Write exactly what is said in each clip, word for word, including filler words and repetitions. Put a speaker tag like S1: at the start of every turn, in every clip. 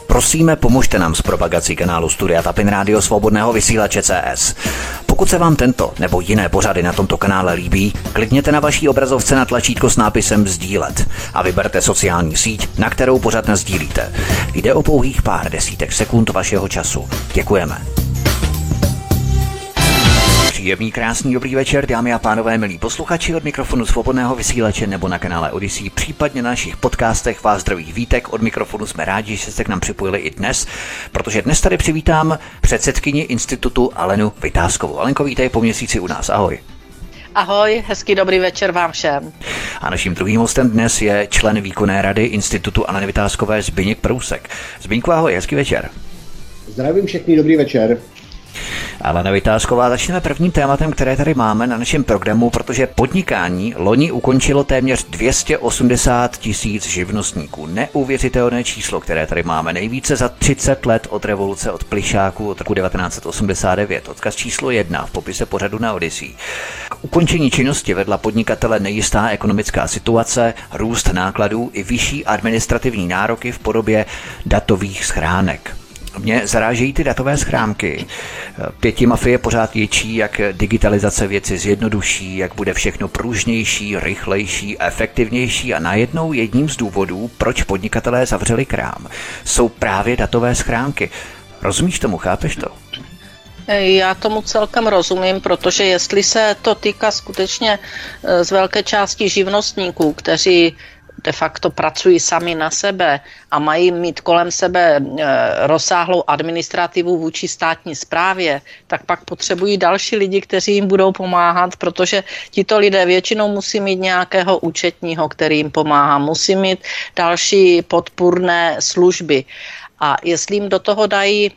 S1: Prosíme, pomožte nám s propagací kanálu Studia Tapin Rádio Svobodného vysílače C S. Pokud se vám tento nebo jiné pořady na tomto kanále líbí, klikněte na vaší obrazovce na tlačítko s nápisem sdílet a vyberte sociální síť, na kterou pořad nasdílíte. Jde o pouhých pár desítek sekund vašeho času. Děkujeme. Příjemný, krásný, dobrý večer, dámy a pánové, milí posluchači, od mikrofonu Svobodného vysílače nebo na kanále Odyssey, případně na našich podcastech vás zdraví Vítek. Od mikrofonu jsme rádi, že jste k nám připojili i dnes, protože dnes tady přivítám předsedkyni institutu Alenu Vitáskovou. Alenko, vítej po měsíci u nás, ahoj.
S2: Ahoj, hezký dobrý večer vám všem.
S1: A naším druhým hostem dnes je člen výkonné rady institutu Aleny Vitáskové Zbyněk Prousek. Zbyňku, ahoj, hezký večer.
S3: Zdravím všechny, dobrý večer.
S1: Alena Vitásková, začneme prvním tématem, které tady máme na našem programu, protože podnikání loni ukončilo téměř dvě stě osmdesát tisíc živnostníků. Neuvěřitelné číslo, které tady máme. Nejvíce za třicet let od revoluce, od Plyšáků, od roku devatenáct set osmdesát devět. Odkaz číslo jedna v popise pořadu na Odyssey. K ukončení činnosti vedla podnikatele nejistá ekonomická situace, růst nákladů i vyšší administrativní nároky v podobě datových schránek. Mě zarážejí ty datové schránky. Pětimafie pořád ječí, jak digitalizace věci zjednoduší, jak bude všechno pružnější, rychlejší, efektivnější a najednou jedním z důvodů, proč podnikatelé zavřeli krám, jsou právě datové schránky. Rozumíš tomu, chápeš to?
S2: Já tomu celkem rozumím, protože jestli se to týká skutečně z velké části živnostníků, kteří de facto pracují sami na sebe a mají mít kolem sebe rozsáhlou administrativu vůči státní správě, tak pak potřebují další lidi, kteří jim budou pomáhat, protože tito lidé většinou musí mít nějakého účetního, který jim pomáhá, musí mít další podpůrné služby. A jestli jim do toho dají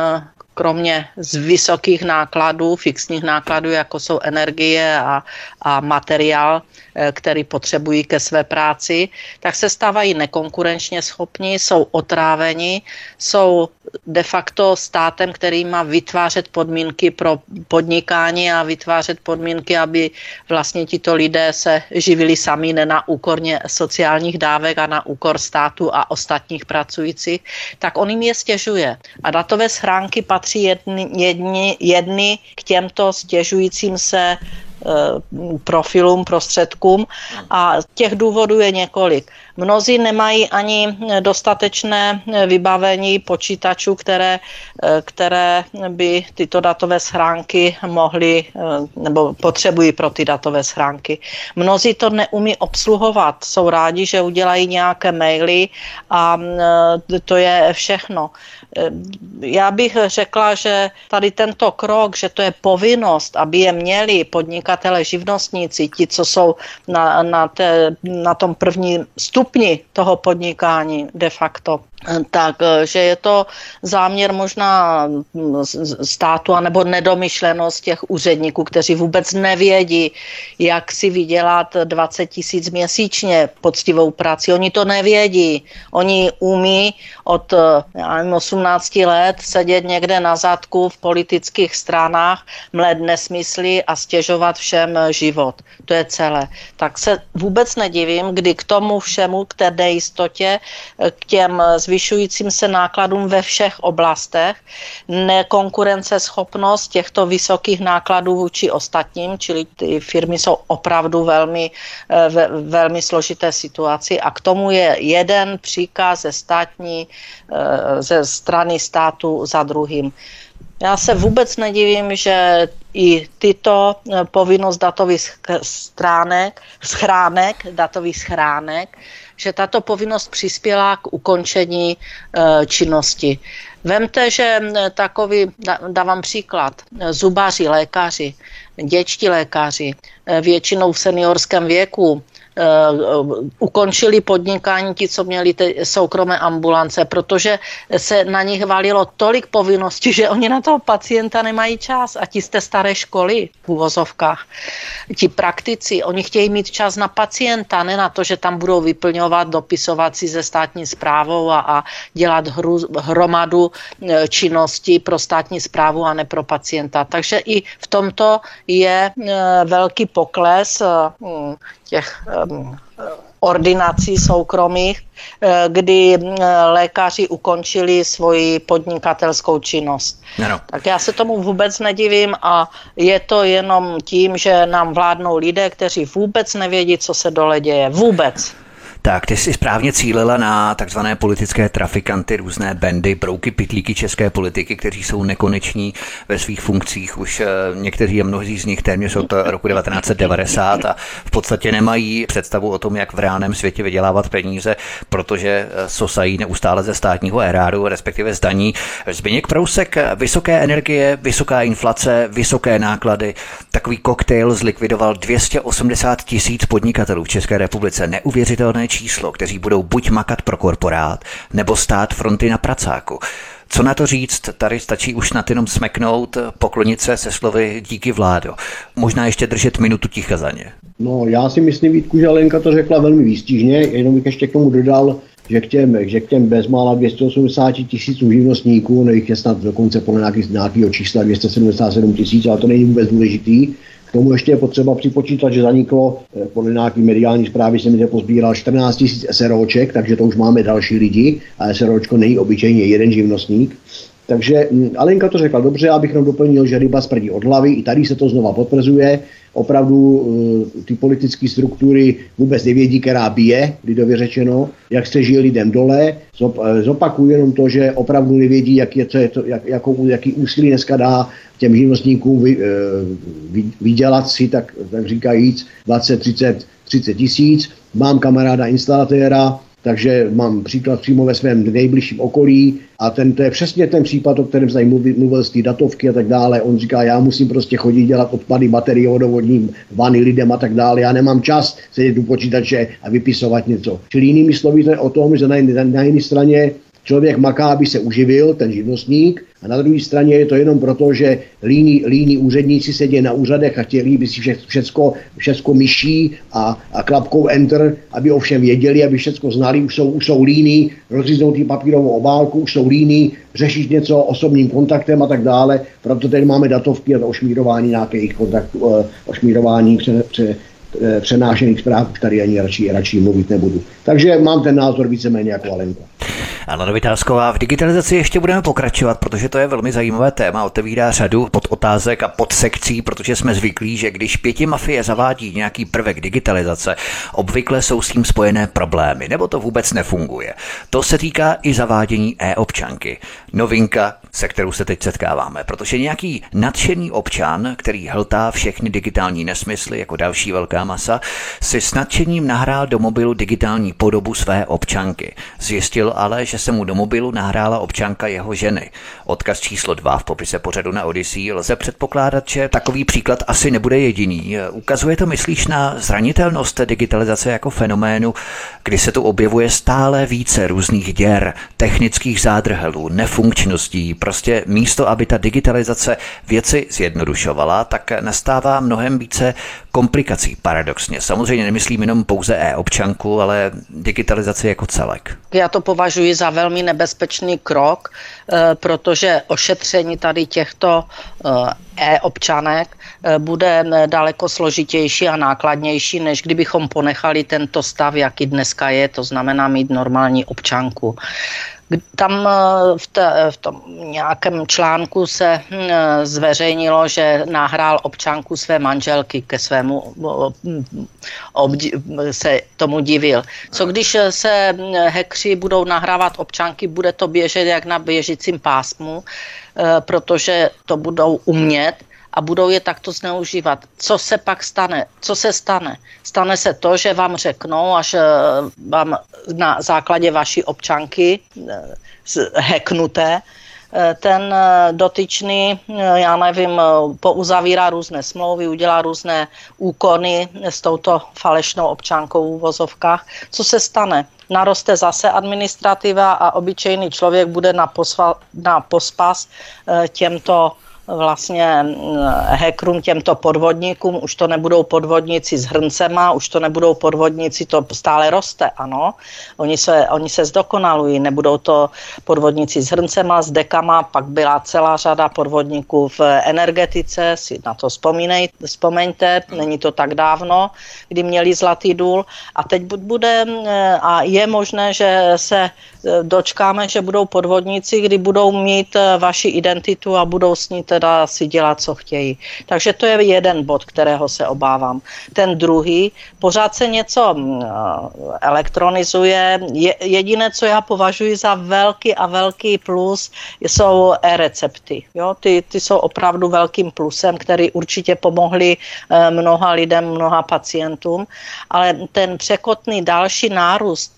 S2: kromě z vysokých nákladů, fixních nákladů, jako jsou energie a, a materiál, který potřebují ke své práci, tak se stávají nekonkurenčně schopní, jsou otráveni, jsou de facto státem, který má vytvářet podmínky pro podnikání a vytvářet podmínky, aby vlastně tito lidé se živili sami, ne na úkorně sociálních dávek a na úkor státu a ostatních pracujících, tak on jim je stěžuje. A datové schránky patří jedny, jedni, jedny k těmto stěžujícím se profilům, prostředkům a těch důvodů je několik. Mnozí nemají ani dostatečné vybavení počítačů, které, které by tyto datové schránky mohly nebo potřebují pro ty datové schránky. Mnozí to neumí obsluhovat, jsou rádi, že udělají nějaké maily a to je všechno. Já bych řekla, že tady tento krok, že to je povinnost, aby je měli podnikatele, živnostníci, ti, co jsou na, na, té, na tom prvním stupni toho podnikání de facto, tak, že je to záměr možná státu anebo nedomyšlenost těch úředníků, kteří vůbec nevědí, jak si vydělat dvacet tisíc měsíčně poctivou práci. Oni to nevědí. Oni umí od já nevím, osmnácti let sedět někde na zadku v politických stranách, mlét nesmysly a stěžovat všem život. To je celé. Tak se vůbec nedivím, kdy k tomu všemu, k té nejistotě, k těm zvyšujícím se nákladům ve všech oblastech, nekonkurenceschopnost těchto vysokých nákladů vůči ostatním, čili ty firmy jsou opravdu velmi, ve, velmi složité situaci a k tomu je jeden příkaz ze státní, ze strany státu za druhým. Já se vůbec nedivím, že i tyto povinnost datových schránek, schránek, datových schránek, že tato povinnost přispěla k ukončení e, činnosti. Vemte, že takový, dávám příklad, zubaři, lékaři, dětští lékaři, většinou v seniorském věku, Uh, ukončili podnikání ti, co měli ty soukromé ambulance, protože se na nich valilo tolik povinností, že oni na toho pacienta nemají čas. A ti z té staré školy v uvozovkách, ti praktici, oni chtějí mít čas na pacienta, ne na to, že tam budou vyplňovat, dopisovat si se státní správou a, a dělat hru, hromadu činností pro státní správu a ne pro pacienta. Takže i v tomto je uh, velký pokles uh, těch ordinací soukromých, kdy lékaři ukončili svoji podnikatelskou činnost.
S1: Ano.
S2: Tak já se tomu vůbec nedivím a je to jenom tím, že nám vládnou lidé, kteří vůbec nevědí, co se dole děje. Vůbec.
S1: Tak, ty jsi správně cílila na takzvané politické trafikanty, různé bandy, brouky, pytlíky české politiky, kteří jsou nekoneční ve svých funkcích. Už někteří a mnozí z nich téměř od roku devatenáct set devadesát a v podstatě nemají představu o tom, jak v reálném světě vydělávat peníze, protože sosají neustále ze státního eráru, respektive z daní. Zbyněk Prousek, vysoké energie, vysoká inflace, vysoké náklady. Takový koktejl zlikvidoval dvě stě osmdesát tisíc podnikatelů v České republice. Neuvěřitelné číslo, kteří budou buď makat pro korporát, nebo stát fronty na pracáku. Co na to říct? Tady stačí už na jenom smeknout, poklonit se se slovy díky vládo. Možná ještě držet minutu ticha za ně.
S3: No, já si myslím, Vítku, že Lenka to řekla velmi výstižně, jenom bych ještě k tomu dodal, že k těm, že k těm bezmála dvě stě osmdesát tisíců živnostníků, no jich je snad dokonce podle nějakého čísla dvě stě sedmdesát sedm tisíc, ale to není vůbec důležitý. K tomu ještě je potřeba připočítat, že zaniklo, podle nějaký mediální zprávy jsem zde pozbíral čtrnáct tisíc SROček, takže to už máme další lidi a SROčko není obyčejně jeden živnostník. Takže Alenka to řekla dobře, abych jenom doplnil, že ryba smrdí od hlavy, i tady se to znova potvrzuje. Opravdu ty politické struktury vůbec nevědí, která bije, lidově řečeno, jak se žije lidem dole. Zopakuju jenom to, že opravdu nevědí, jak je to, jak, jakou, jaký úsilí dneska dá těm živnostníkům vy, vy, vydělat si, tak, tak říkajíc, dvacet, třicet, třicet tisíc. Mám kamaráda instalatéra, takže mám příklad přímo ve svém nejbližším okolí a ten, to je přesně ten případ, o kterém jsem mluvil, mluvil z té datovky a tak dále. On říká, já musím prostě chodit dělat odpady, baterie, vodovodní vany lidem a tak dále. Já nemám čas sedět u počítače a vypisovat něco. Čili jinými slovy to je o tom, že na, na, na jiné straně člověk maká, aby se uživil, ten živnostník, a na druhé straně je to jenom proto, že líní, líní úředníci sedí na úřadech a chtěli by si všecko, všecko myší a, a klapkou enter, aby ovšem věděli, aby všecko znali, už jsou, už jsou líní, rozříznou ty papírovou obálku, už jsou líní, řešit něco osobním kontaktem a tak dále. Proto tady máme datovky a ošmírování nějakých kontaktů, ošmírování pře, pře, přenášených zpráv, už tady ani radši, radši mluvit nebudu. Takže mám ten názor víceméně jako Alenka.
S1: Alena Vytázková, v digitalizaci ještě budeme pokračovat, protože to je velmi zajímavé téma, otevírá řadu podotázek a podsekcí, protože jsme zvyklí, že když pěti mafie zavádí nějaký prvek digitalizace, obvykle jsou s tím spojené problémy, nebo to vůbec nefunguje. To se týká i zavádění e-občanky. Novinka, se kterou se teď setkáváme, protože nějaký nadšený občan, který hltá všechny digitální nesmysly jako další velká masa, si s nadšením nahrál do mobilu digitální podobu své občanky. Zjistil ale, že se mu do mobilu nahrála občanka jeho ženy. Odkaz číslo dva v popise pořadu na Odyssey. Lze předpokládat, že takový příklad asi nebude jediný. Ukazuje to, myslíš, na zranitelnost digitalizace jako fenoménu, kdy se tu objevuje stále více různých děr, technických zádrhelů, nefunkčností. Prostě místo, aby ta digitalizace věci zjednodušovala, tak nastává mnohem více komplikací, paradoxně. Samozřejmě nemyslím jenom pouze e-občanku, ale digitalizaci jako celek.
S2: Já to považuji za velmi nebezpečný krok, protože ošetření tady těchto e-občanek bude daleko složitější a nákladnější, než kdybychom ponechali tento stav, jaký dneska je, to znamená mít normální občanku. Tam v, te, v tom nějakém článku se zveřejnilo, že nahrál občanku své manželky, ke svému obdi, se tomu divil. Co když se hackři budou nahrávat občanky, bude to běžet jak na běžícím pásmu, protože to budou umět a budou je takto zneužívat. Co se pak stane? Co se stane? Stane se to, že vám řeknou, až vám na základě vaší občanky hacknuté, ten dotyčný, já nevím, pouzavírá různé smlouvy, udělá různé úkony s touto falešnou občankou v uvozovkách. Co se stane? Naroste zase administrativa a obyčejný člověk bude na, posva, na pospas těmto vlastně hackerům, těmto podvodníkům, už to nebudou podvodníci s hrncema, už to nebudou podvodníci, to stále roste, ano. Oni se, oni se zdokonalují, nebudou to podvodníci s hrncema, s dekama, pak byla celá řada podvodníků v energetice, si na to vzpomínej, vzpomeňte, není to tak dávno, kdy měli zlatý důl a teď bude a je možné, že se dočkáme, že budou podvodníci, kdy budou mít vaši identitu a budou s ní teda si dělat, co chtějí. Takže to je jeden bod, kterého se obávám. Ten druhý, pořád se něco elektronizuje. Je, jediné, co já považuji za velký a velký plus, jsou e-recepty. Jo? Ty, ty jsou opravdu velkým plusem, který určitě pomohli mnoha lidem, mnoha pacientům, ale ten překotný další nárůst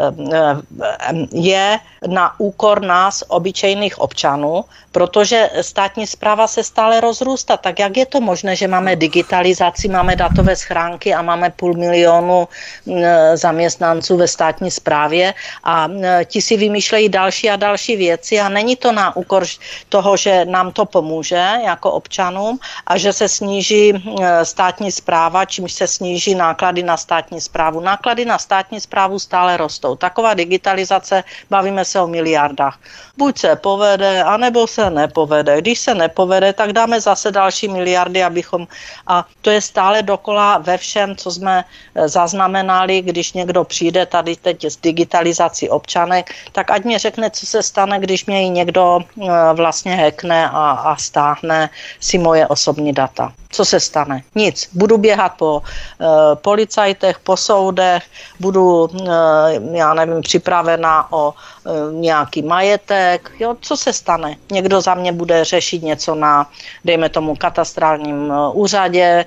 S2: je na úkor nás, obyčejných občanů, protože státní správa se stále rozrůstá. Tak jak je to možné, že máme digitalizaci, máme datové schránky a máme půl milionu zaměstnanců ve státní správě a ti si vymýšlejí další a další věci a není to na úkor toho, že nám to pomůže jako občanům a že se sníží státní správa, čímž se sníží náklady na státní správu. Náklady na státní správu stále rostou. Taková digitalizace, bavíme se o miliardách. Buď se povede, anebo se nepovede. Když se nepovede, tak dáme zase další miliardy, abychom... A to je stále dokola ve všem, co jsme zaznamenali, když někdo přijde tady teď s digitalizací občanek, tak ať mi řekne, co se stane, když mě někdo vlastně hackne a, a stáhne si moje osobní data. Co se stane? Nic. Budu běhat po e, policajtech, po soudech, budu, e, já nevím, připravena o e, nějaký majetek. Jo, co se stane? Někdo za mě bude řešit něco na, dejme tomu, katastrálním e, úřadě, e,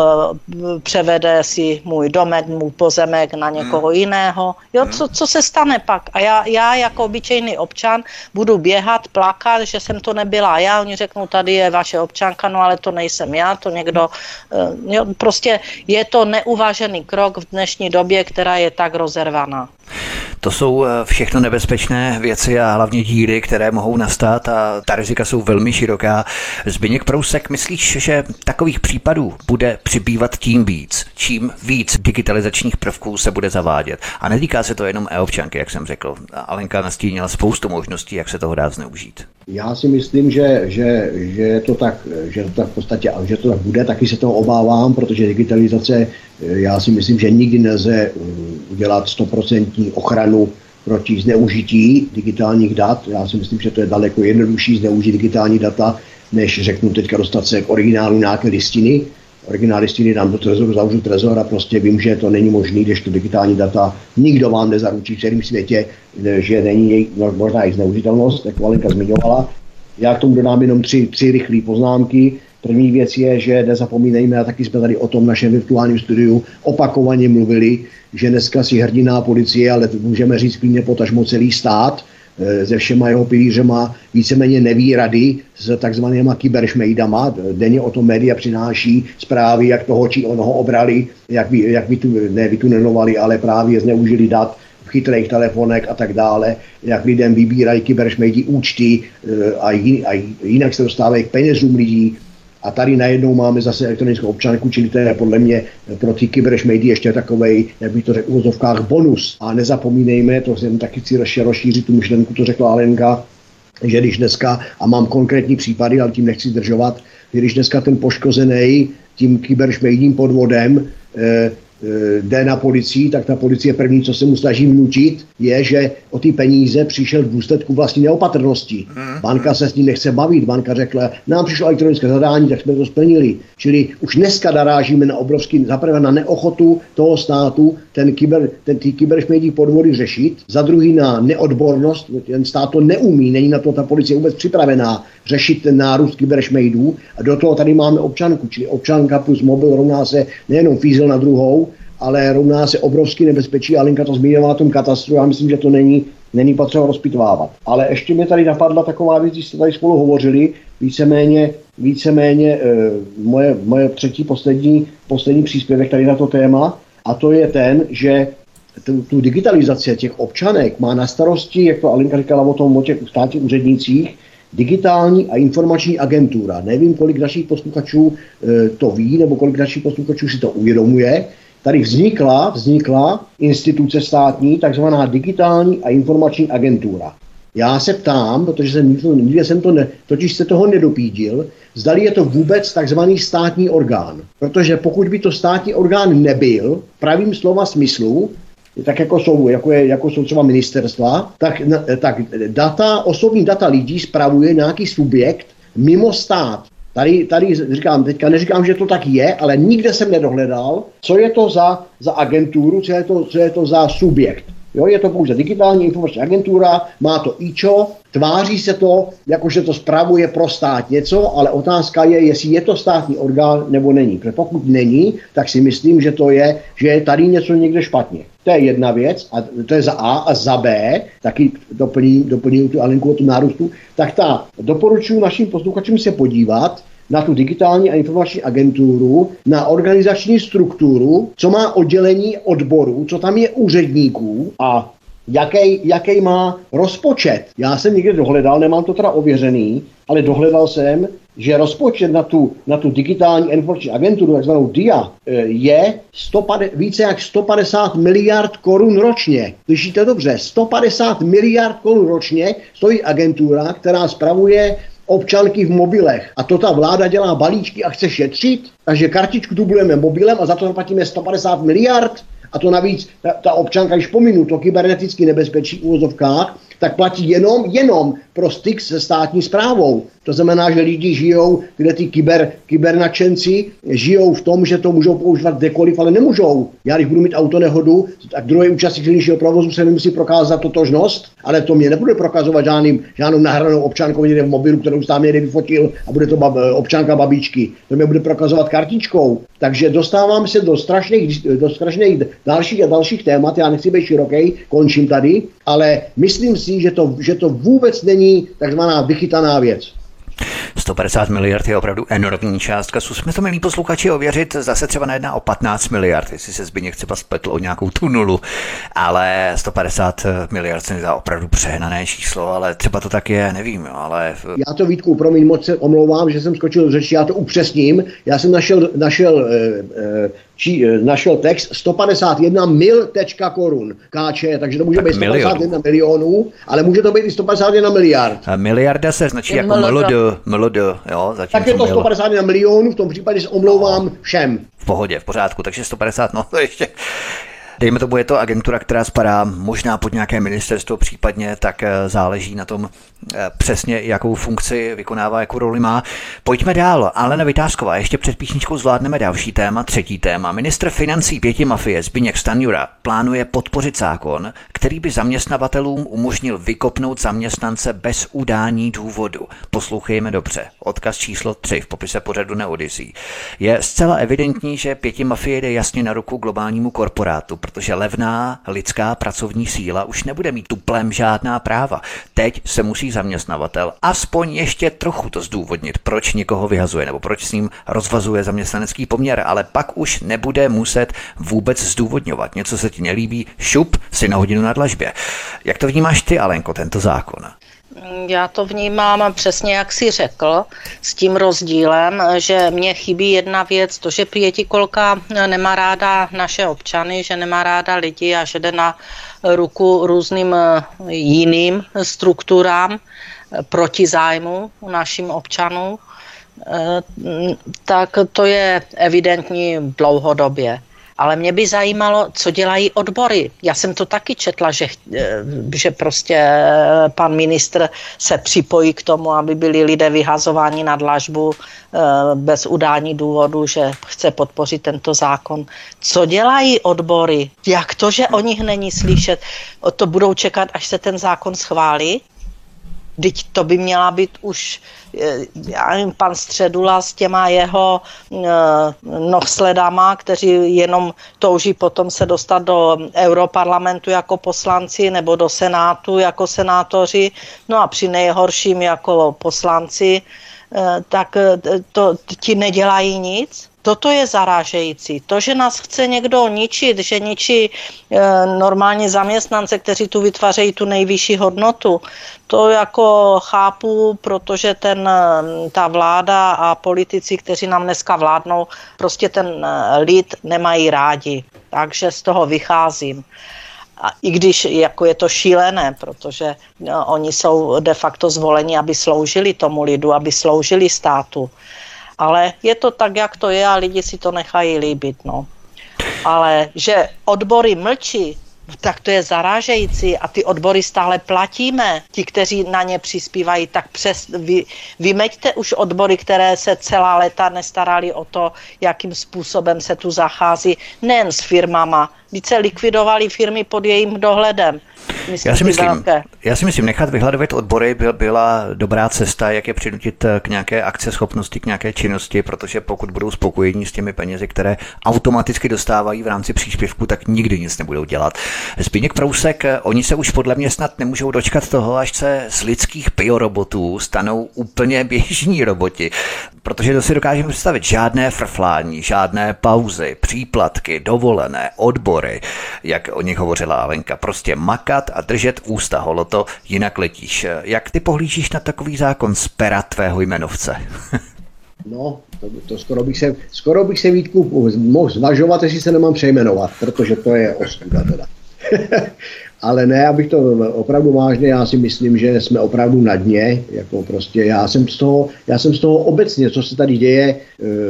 S2: převede si můj domek, můj pozemek na někoho jiného. Jo, co, co se stane pak? A já, já jako obyčejný občan budu běhat, plakat, že jsem to nebyla já. Oni řeknou, tady je vaše občanka, no ale to nejsem já, to někdo, jo, prostě je to neuvážený krok v dnešní době, která je tak rozervaná.
S1: To jsou všechno nebezpečné věci a hlavně díry, které mohou nastat a ta rizika jsou velmi široká. Zbyněk Prousek, myslíš, že takových případů bude přibývat tím víc, čím víc digitalizačních prvků se bude zavádět? A netýká se to jenom e-občanky, jak jsem řekl. Alenka nastínila spoustu možností, jak se toho dá zneužít.
S3: Já si myslím, že, že, že je to tak, že to tak v podstatě, že to tak bude, taky se toho obávám, protože digitalizace, já si myslím, že nikdy nelze udělat stoprocentní ochranu proti zneužití digitálních dat. Já si myslím, že to je daleko jednodušší zneužít digitální data, než řeknu teďka dostat se k originálu nějaké listiny. Originál listiny dám do trezoru, zavřu trezor a prostě vím, že to není možné, když to digitální data nikdo vám nezaručí v celém světě, že není možná i zneužitelnost, jak Valenka zmiňovala. Já k tomu dodám jenom tři, tři rychlé poznámky. První věc je, že nezapomínejme, a taky jsme tady o tom v našem virtuálním studiu opakovaně mluvili, že dneska si hrdiná policie, ale můžeme říct klidně potažmo celý stát, se všema jeho pilířema víceméně neví rady s takzvanýma kyberšmejdama. Denně o tom média přináší zprávy, jak toho či onoho obrali, jak, vy, jak vytu, ne vytunelovali, ale právě zneužili dat v chytrých telefonech a tak dále, jak lidem vybírají kyberšmejdi účty a, jin, a jinak se dostávají k penězům lidí. A tady najednou máme zase elektronickou občanku, čili to je podle mě pro ty kyberšmejdy ještě takovej, jak bych to řekl, v uvozovkách bonus. A nezapomínejme, to jsem taky chci rozšířit tu myšlenku, to řekla Alenka, že když dneska, a mám konkrétní případy, ale tím nechci zdržovat, když dneska ten poškozený tím kyberšmejdím podvodem eh, jde na policii, tak ta policie první, co se mu snaží vnutit, je, že o ty peníze přišel v důsledku vlastní neopatrnosti. Banka se s ním nechce bavit, banka řekla, nám přišlo elektronické zadání, tak jsme to splnili. Čili už dneska narážíme na obrovský, zaprvé na neochotu toho státu ten kyber, ten, ty kyberšmejdí podvody řešit, za druhý na neodbornost, ten stát to neumí, není na to ta policie vůbec připravená řešit ten nárůst kyberšmejdů a do toho tady máme občanku, čili občanka plus mobil rovná se nejenom fízel na druhou, ale rovná se obrovský nebezpečí. Alenka to zmínila o tom katastru, já myslím, že to není, není potřeba rozpitvávat. Ale ještě mě tady napadla taková věc, když jste tady spolu hovořili, víceméně, víceméně e, moje, moje třetí poslední, poslední příspěvek tady na to téma, a to je ten, že tu, tu digitalizaci těch občanek má na starosti, jak to Alenka říkala o tom, o těch státních úřednících, Digitální a informační agentura. Nevím, kolik našich posluchačů e, to ví, nebo kolik našich posluchačů si to uvědomuje. Tady vznikla, vznikla instituce státní, takzvaná Digitální a informační agentura. Já se ptám, protože jsem nikdy jsem to ne, totiž se toho nedopídil, zdali je to vůbec takzvaný státní orgán. Protože pokud by to státní orgán nebyl, v pravým slova smyslu, tak jako jsou, jako, je, jako jsou třeba ministerstva, tak, tak data, osobní data lidí spravuje nějaký subjekt mimo stát. Tady, tady říkám, teďka neříkám, že to tak je, ale nikde jsem nedohledal, co je to za, za agenturu, co je to, co je to za subjekt. Jo, je to pouze digitální informační agentura, má to IČO, tváří se to, jakože to spravuje pro stát něco, ale otázka je, jestli je to státní orgán nebo není. Protože pokud není, tak si myslím, že to je, že je tady něco někde špatně. To je jedna věc, a to je za A, a za B, taky doplním, doplním tu Alenku o tu nárůstu, tak ta doporučuji našim posluchačům se podívat na tu digitální a informační agenturu, na organizační strukturu, co má oddělení odborů, co tam je úředníků a jaký, jaký má rozpočet. Já jsem někde dohledal, nemám to teda ověřený, ale dohledal jsem, že rozpočet na tu, na tu digitální informační agenturu, takzvanou D I A, je sto padesát, více jak sto padesát miliard korun ročně. Slyšíte dobře, sto padesát miliard korun ročně stojí agentura, která spravuje občanky v mobilech. A to ta vláda dělá balíčky a chce šetřit, takže kartičku tu budeme mobilem a za to zaplatíme sto padesát miliard. A to navíc, ta, ta občanka, když pominu to kybernetické nebezpečí v uvozovkách, tak platí jenom, jenom pro styk se státní správou. To znamená, že lidi žijou, kde ty kyber, kybernačenci žijou v tom, že to můžou používat kdekoliv, ale nemůžou. Já když budu mít autonehodu, tak druhý účastník silničního provozu se mi musí prokázat totožnost, ale to mě nebude prokazovat žádným, žádnou nahranou občankou někde v mobilu, kterou tam někde vyfotil a bude to bab, občanka babičky. To mě bude prokazovat kartičkou. Takže dostávám se do strašných, do strašných dalších a dalších témat, já nechci být široký, končím tady, ale myslím si, že to, že to vůbec není takzvaná vychytaná věc.
S1: sto padesát miliard je opravdu enormní částka. Zkusme to, milí posluchači, ověřit. Zase třeba nejedná o patnáct miliard, jestli se Zbyněk třeba spletl o nějakou tu nulu, ale sto padesát miliard se mi dá opravdu přehnané číslo, ale třeba to tak je, nevím, ale...
S3: Já to, Vítku, promiň, moc se omlouvám, že jsem skočil do řeči, já to upřesním. Já jsem našel, našel, eh, či, eh, našel text sto padesát jedna mil tečka korun káče, takže to může tak být sto padesát jedna milionů, ale může to být i sto padesát jedna miliard.
S1: A miliarda se značí jako mlod, mlod, jo.
S3: Tak je to sto padesát jedna milionů, v tom případě se omlouvám všem.
S1: V pohodě, v pořádku, takže sto padesát, no to ještě... Dejme tomu, je to agentura, která spadá možná pod nějaké ministerstvo případně, tak záleží na tom přesně, jakou funkci vykonává, jakou roli má. Pojďme dál. Alena Vitásková, ještě před písničkou zvládneme další téma, třetí téma. Ministr financí pětimafie Zbyněk Stanjura plánuje podpořit zákon, který by zaměstnavatelům umožnil vykopnout zaměstnance bez udání důvodu. Poslouchejme dobře. Odkaz číslo tři v popise pořadu Neodyssey. Je zcela evidentní, že pětimafie jde jasně na ruku globálnímu korporátu, protože levná lidská pracovní síla už nebude mít tuplem žádná práva. Teď se musí zaměstnavatel aspoň ještě trochu to zdůvodnit, proč někoho vyhazuje nebo proč s ním rozvazuje zaměstnanecký poměr, ale pak už nebude muset vůbec zdůvodňovat. Něco se ti nelíbí, šup si na hodinu na dlažbě. Jak to vnímáš ty, Alenko, tento zákon?
S2: Já to vnímám přesně, jak jsi řekl, s tím rozdílem, že mně chybí jedna věc, to, že pětikolka nemá ráda naše občany, že nemá ráda lidi a že jde na ruku různým jiným strukturám proti zájmu našim občanům, tak to je evidentní dlouhodobě. Ale mě by zajímalo, co dělají odbory. Já jsem to taky četla, že, že prostě pan ministr se připojí k tomu, aby byli lidé vyhazováni na dlažbu bez udání důvodu, že chce podpořit tento zákon. Co dělají odbory? Jak to, že o nich není slyšet? To budou čekat, až se ten zákon schválí? Vždyť to by měla být už, já nevím, pan Středula s těma jeho e, nohsledama, kteří jenom touží potom se dostat do Europarlamentu jako poslanci nebo do Senátu jako senátoři, no a při nejhorším jako poslanci, tak to ti nedělají nic. Toto je zarážející. To, že nás chce někdo ničit, že ničí normální zaměstnance, kteří tu vytvářejí tu nejvyšší hodnotu, to jako chápu, protože ten, ta vláda a politici, kteří nám dneska vládnou, prostě ten lid nemají rádi. Takže z toho vycházím. A i když jako je to šílené, protože no, oni jsou de facto zvoleni, aby sloužili tomu lidu, aby sloužili státu. Ale je to tak, jak to je a lidi si to nechají líbit. No. Ale že odbory mlčí, tak to je zarážející a ty odbory stále platíme. Ti, kteří na ně přispívají, tak přes, vy, vymeďte už odbory, které se celá léta nestarali o to, jakým způsobem se tu zachází, nejen s firmama. Vždyť se likvidovali firmy pod jejím dohledem. Myslím,
S1: já, si myslím, já si myslím, nechat vyhledovat odbory byl, byla dobrá cesta, jak je přinutit k nějaké akceschopnosti, k nějaké činnosti, protože pokud budou spokojení s těmi penězi, které automaticky dostávají v rámci příspěvku, tak nikdy nic nebudou dělat. Zbigněk Prousek, oni se už podle mě snad nemůžou dočkat toho, až se z lidských biorobotů stanou úplně běžní roboti, protože to si dokážeme představit žádné frflání, žádné pauzy, příplatky, dovolené, odbory, jak o nich hovořila Alenka, prostě makat a držet ústa holoto, jinak letíš. Jak ty pohlížíš na takový zákon z pera tvého jmenovce?
S3: No, to, to skoro bych se, skoro bych se Vítku mohl zvažovat, jestli se nemám přejmenovat, protože to je ostuda teda. Ale ne, abych to opravdu vážně, já si myslím, že jsme opravdu na dně, jako prostě já jsem z toho, já jsem z toho obecně, co se tady děje, e,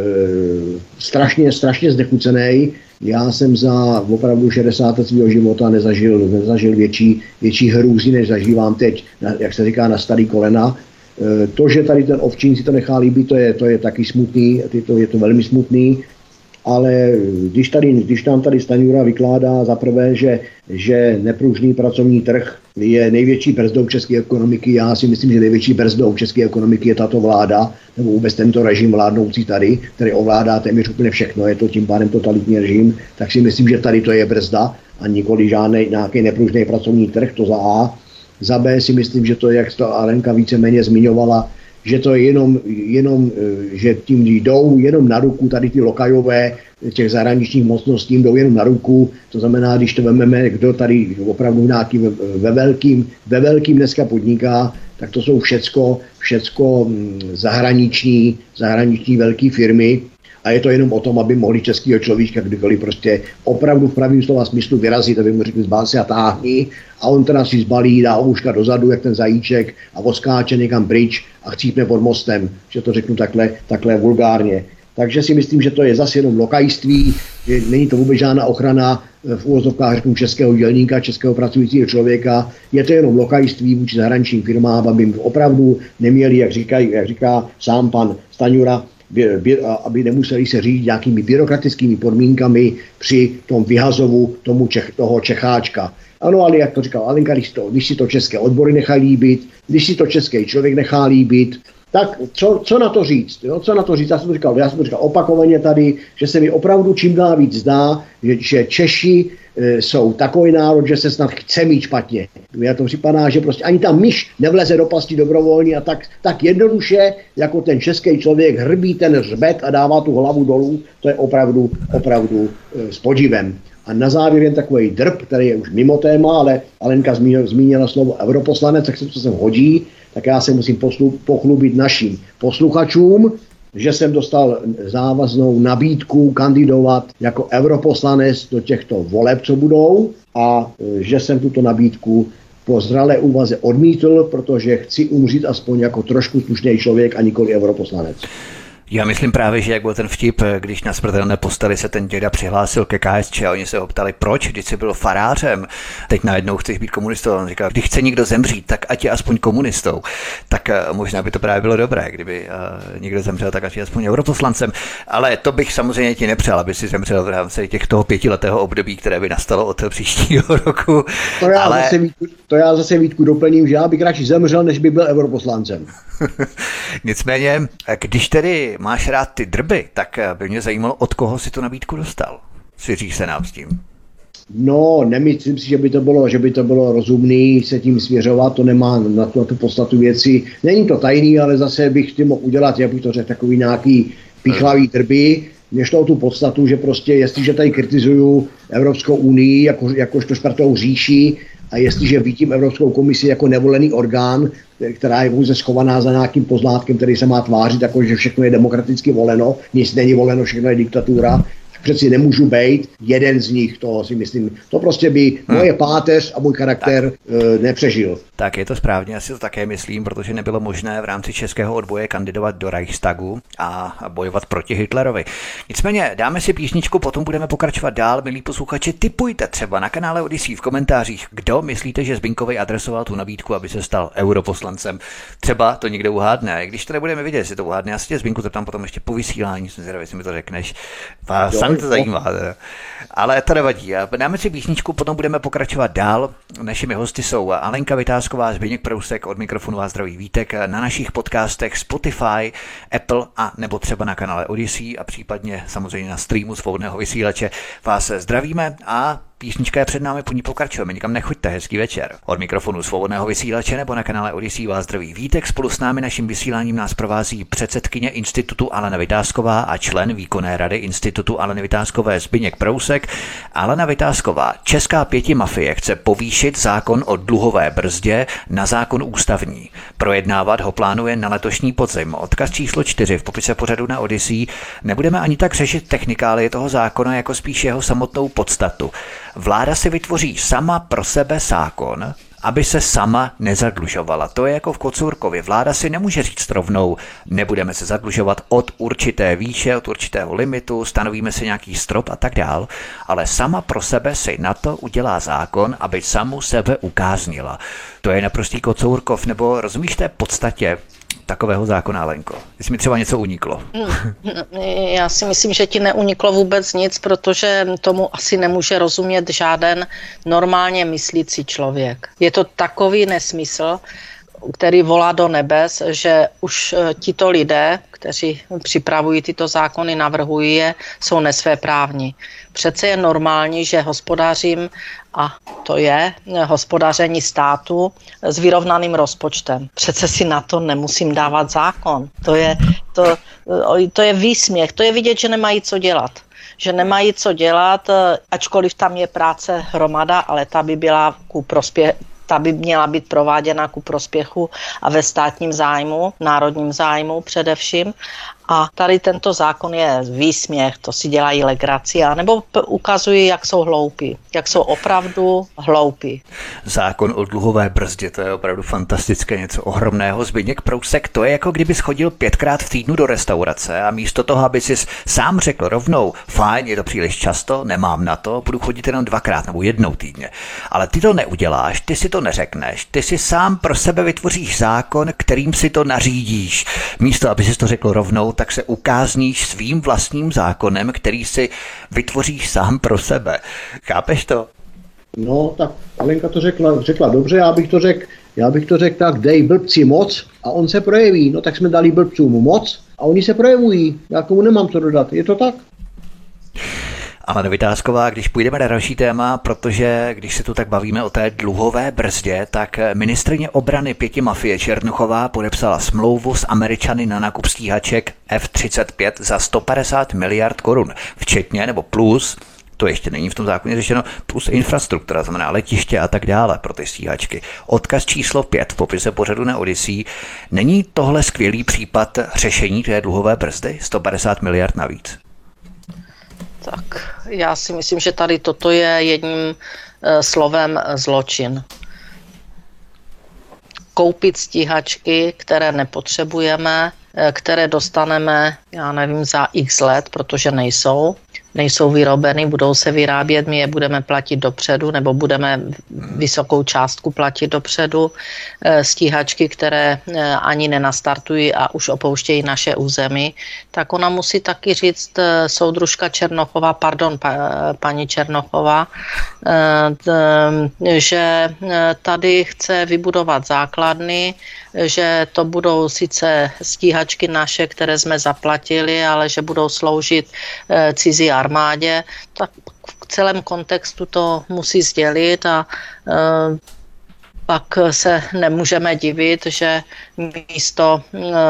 S3: strašně, strašně znechucenej. Já jsem za opravdu šedesát let svého života nezažil, nezažil větší, větší hrůzy, než zažívám teď, jak se říká, na starý kolena. E, to, že tady ten ovčín si to nechá líbit, to je, to je taky smutný, to je to velmi smutný. Ale když, tady, když nám tady Stanjura vykládá za prvé, že, že nepružný pracovní trh je největší brzdou české ekonomiky, já si myslím, že největší brzdou české ekonomiky je tato vláda, nebo vůbec tento režim vládnoucí tady, který ovládá téměř úplně všechno, je to tím pádem totalitní režim, tak si myslím, že tady to je brzda a nikoli žádný nějaký nepružný pracovní trh, to za A. Za B si myslím, že to, jak to Alenka víceméně zmiňovala, že to je jenom, jenom, že tím jdou jenom na ruku tady ty lokajové těch zahraničních mocností, jdou jenom na ruku, to znamená, když to vememe, kdo tady opravdu nějaký ve, ve, velkým, ve velkým dneska podniká, tak to jsou všecko, všecko zahraniční, zahraniční velké firmy a je to jenom o tom, aby mohli českýho človíčka kdykoliv prostě opravdu v pravým slova smyslu vyrazit, aby mu řekli zbál si a táhni a on teda si zbalí, dá ouška dozadu, jak ten zajíček a oskáče někam pryč a chcípne pod mostem, že to řeknu takhle, takhle vulgárně. Takže si myslím, že to je zase jenom lokajství, že není to vůbec žádná ochrana v úvozovkách řeknu českého dělníka, českého pracujícího člověka, je to jenom lokajství vůči zahraničním firmám, aby opravdu neměli, jak, říkají, jak říká sám pan Stanjura, aby nemuseli se řídit nějakými byrokratickými podmínkami při tom vyhazovu tomu Čech, toho Čecháčka. Ano, ale jak to říkal Alenka, když, to, když si to české odbory nechají líbit, když si to český člověk nechá líbit, tak co, co na to říct? Jo? Co na to říct? Já jsem to říkal, já jsem to říkal opakovaně tady, že se mi opravdu čím dál víc zdá, že, že Češi e, jsou takový národ, že se snad chce mít špatně. Mně to připadá, že prostě ani ta myš nevleze do pasti dobrovolně a tak, tak jednoduše, jako ten český člověk hrbí ten hřbet a dává tu hlavu dolů, to je opravdu, opravdu e, s podivem. A na závěr jen takový drb, který je už mimo téma, ale Alenka zmínila, zmínila slovo europoslanec, tak se to sem hodí, tak já se musím poslu, pochlubit našim posluchačům, že jsem dostal závaznou nabídku kandidovat jako europoslanec do těchto voleb, co budou, a že jsem tuto nabídku po zralé úvaze odmítl, protože chci umřít aspoň jako trošku slušný člověk a nikoli europoslanec.
S1: Já myslím právě, že jak byl ten vtip, když na smrtelné posteli se ten děda přihlásil ke K S Č a oni se ho ptali, proč, když jsi byl farářem, teď najednou chceš být komunistou. On říkal, když chce někdo zemřít, tak ať je aspoň komunistou. Tak možná by to právě bylo dobré, kdyby někdo zemřel, tak ať je aspoň europoslancem. Ale to bych samozřejmě ti nepřál, aby si zemřel v rámci těch toho pětiletého období, které by nastalo od příštího roku.
S3: To já,
S1: Ale...
S3: zase, Vítku, to já zase Vítku doplním, že já bych radši zemřel, než by byl europoslancem.
S1: Nicméně, když tedy máš rád ty drby, tak by mě zajímalo, od koho si tu nabídku dostal. Svěříš se nám s tím?
S3: No, nemyslím si, že by to bylo, že by to bylo rozumný se tím svěřovat, to nemá na tu, na tu podstatu věci. Není to tajný, ale zase bych tím mohl udělat, jak bych to řekl, takový nějaký pichlavý drby, než to tu podstatu, že prostě jestliže tady kritizuju Evropskou unii jako, jakožto čtvrtou říši a jestliže vidím Evropskou komisi jako nevolený orgán, která je pouze schovaná za nějakým pozlátkem, který se má tvářit, jako že všechno je demokraticky voleno, nic není voleno, všechno je diktatura, přeci nemůžu být jeden z nich, to si myslím. To prostě by hmm. moje páteř a můj charakter tak. nepřežil.
S1: Tak je to správně, já si to také myslím, protože nebylo možné v rámci českého odboje kandidovat do Reichstagu a bojovat proti Hitlerovi. Nicméně dáme si písničku, potom budeme pokračovat dál. Milí posluchači, tipujte třeba na kanále Odyssey v komentářích, kdo myslíte, že Zbyňkovi adresoval tu nabídku, aby se stal europoslancem. Třeba to někdo uhádne. Když to nebudeme vidět, jestli to uhádne, já si tě, Zbyňku, zeptám potom ještě po vysílání, jsem zvědavý, jestli mi to řekneš. Sám to zajímá. Ale to nevadí. Dáme si písničku, potom budeme pokračovat dál. Našimi hosty jsou Alenka Vytázková, Zbyněk Prousek, od mikrofonu vás zdraví Vítek. Na našich podcastech Spotify, Apple a nebo třeba na kanále Odyssey a případně samozřejmě na streamu Svobodného vysílače vás zdravíme a písnička je před námi, po ní pokračujeme, nikam nechoďte, hezký večer. Od mikrofonu Svobodného vysílače nebo na kanále Odyssey vás zdraví Vítek, spolu s námi naším vysíláním nás provází předsedkyně Institutu Alena Vytázková a člen výkonné rady Institutu Aleny Vytázkové Zbyněk Prousek. Alena Vytázková, česká pětimafie chce povýšit zákon o dluhové brzdě na zákon ústavní. Projednávat ho plánuje na letošní podzim. Odkaz číslo čtyři v popise pořadu na Odyssey. Nebudeme ani tak řešit technikálie toho zákona, jako spíš jeho samotnou podstatu. Vláda si vytvoří sama pro sebe zákon, aby se sama nezadlužovala. To je jako v Kocůrkově. Vláda si nemůže říct rovnou, nebudeme se zadlužovat od určité výše, od určitého limitu, stanovíme si nějaký strop a tak dál, ale sama pro sebe si na to udělá zákon, aby samu sebe ukáznila. To je naprostý Kocourkov, nebo rozumíš té podstatě takového zákona, Lenko? Jestli mi třeba něco uniklo.
S2: Já si myslím, že ti neuniklo vůbec nic, protože tomu asi nemůže rozumět žáden normálně myslící člověk. Je to takový nesmysl, který volá do nebes, že už tito lidé, kteří připravují tyto zákony, navrhují je, jsou nesvéprávní. Přece je normální, že hospodařím, a to je hospodaření státu s vyrovnaným rozpočtem. Přece si na to nemusím dávat zákon. To je, to, to je výsměch, to je vidět, že nemají co dělat. Že nemají co dělat, ačkoliv tam je práce hromada, ale ta by byla ku prospěchu. Ta by měla být prováděna ku prospěchu a ve státním zájmu, národním zájmu především. A tady tento zákon je výsměch, to si dělají legraci, anebo ukazují, jak jsou hloupí, jak jsou opravdu hloupí.
S1: Zákon o dluhové brzdě, to je opravdu fantastické, něco ohromného. Zbyněk Prousek, to je jako kdybys chodil pětkrát v týdnu do restaurace a místo toho, aby si sám řekl rovnou, fajn, je to příliš často, nemám na to, budu chodit jenom dvakrát nebo jednou týdně. Ale ty to neuděláš, ty si to neřekneš, ty si sám pro sebe vytvoříš zákon, kterým si to nařídíš. Místo, aby si to řekl rovnou, tak se ukázníš svým vlastním zákonem, který si vytvoříš sám pro sebe. Chápeš to?
S3: No, tak Alenka to řekla, řekla dobře, já bych to řekl, já bych to řekl tak, dej blbci moc a on se projeví. No tak jsme dali blbcům moc a oni se projevují. Já komu nemám co dodat, je to tak?
S1: Alena Vytázková, když půjdeme na další téma, protože když se tu tak bavíme o té dluhové brzdě, tak ministryně obrany pětimafie Černochová podepsala smlouvu s Američany na nákup stíhaček F třicet pět za sto padesát miliard korun, včetně nebo plus, to ještě není v tom zákoně řešeno, plus infrastruktura, znamená letiště a tak dále pro ty stíhačky. Odkaz číslo pět v popise pořadu na Odyssey. Není tohle skvělý případ řešení té dluhové brzdy? sto padesát miliard navíc.
S2: Tak já si myslím, že tady toto je jedním e, slovem zločin. Koupit stíhačky, které nepotřebujeme, e, které dostaneme, já nevím, za x let, protože nejsou. Nejsou vyrobeny, budou se vyrábět, my je budeme platit dopředu, nebo budeme vysokou částku platit dopředu. Stíhačky, které ani nenastartují a už opouštějí naše území, tak ona musí taky říct soudružka Černochová, pardon, paní Černochová, že tady chce vybudovat základny, že to budou sice stíhačky naše, které jsme zaplatili, ale že budou sloužit cizí armádě, tak celém kontextu to musí sdělit a pak se nemůžeme divit, že místo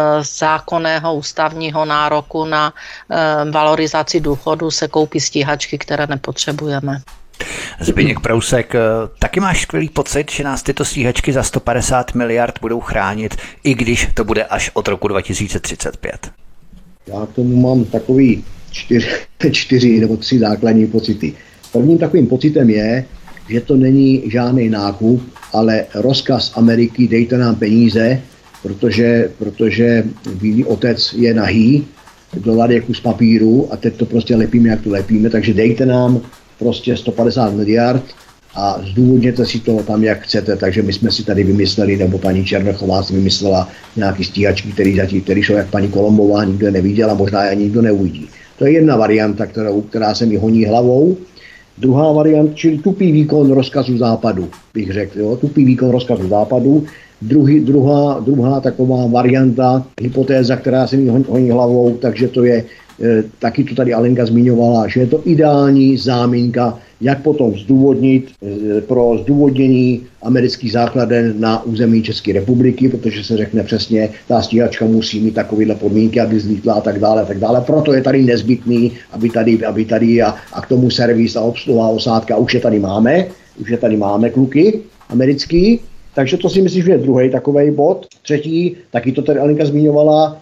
S2: zákonného ústavního nároku na valorizaci důchodu se koupí stíhačky, které nepotřebujeme.
S1: Zbyněk Prousek, taky máš skvělý pocit, že nás tyto stíhačky za sto padesát miliard budou chránit, i když to bude až od roku dva tisíce třicet pět?
S3: Já k tomu mám takový čtyři, čtyři nebo tři základní pocity. Prvním takovým pocitem je, že to není žádný nákup, ale rozkaz Ameriky, dejte nám peníze, protože, protože bílý otec je nahý, dolar je kus papíru a teď to prostě lepíme, jak to lepíme, takže dejte nám prostě sto padesát miliard a zdůvodněte si to tam, jak chcete. Takže my jsme si tady vymysleli, nebo paní Černochová si vymyslela nějaký stíhačky, který zatím, který jsou jak paní Kolombová, nikdo je neviděl a možná je ani nikdo neuvidí. To je jedna varianta, kterou, která se mi honí hlavou. Druhá varianta, čili tupý výkon rozkazu západu, bych řekl, jo? Tupý výkon rozkazu západu. Druhý, druhá, druhá taková varianta, hypotéza, která se mi honí hlavou, takže to je, e, taky to tady Alenka zmiňovala, že je to ideální záminka, jak potom zdůvodnit e, pro zdůvodnění amerických základen na území České republiky, protože se řekne přesně, ta stíhačka musí mít takovéhle podmínky, aby zlítla a tak dále, a tak dále. Proto je tady nezbytný, aby tady, aby tady a, a k tomu servis a obsluha osádka už je tady máme, už je tady máme kluky americký. Takže to si myslím, že je druhý takovej bod. Třetí, taky to tady Alenka zmiňovala,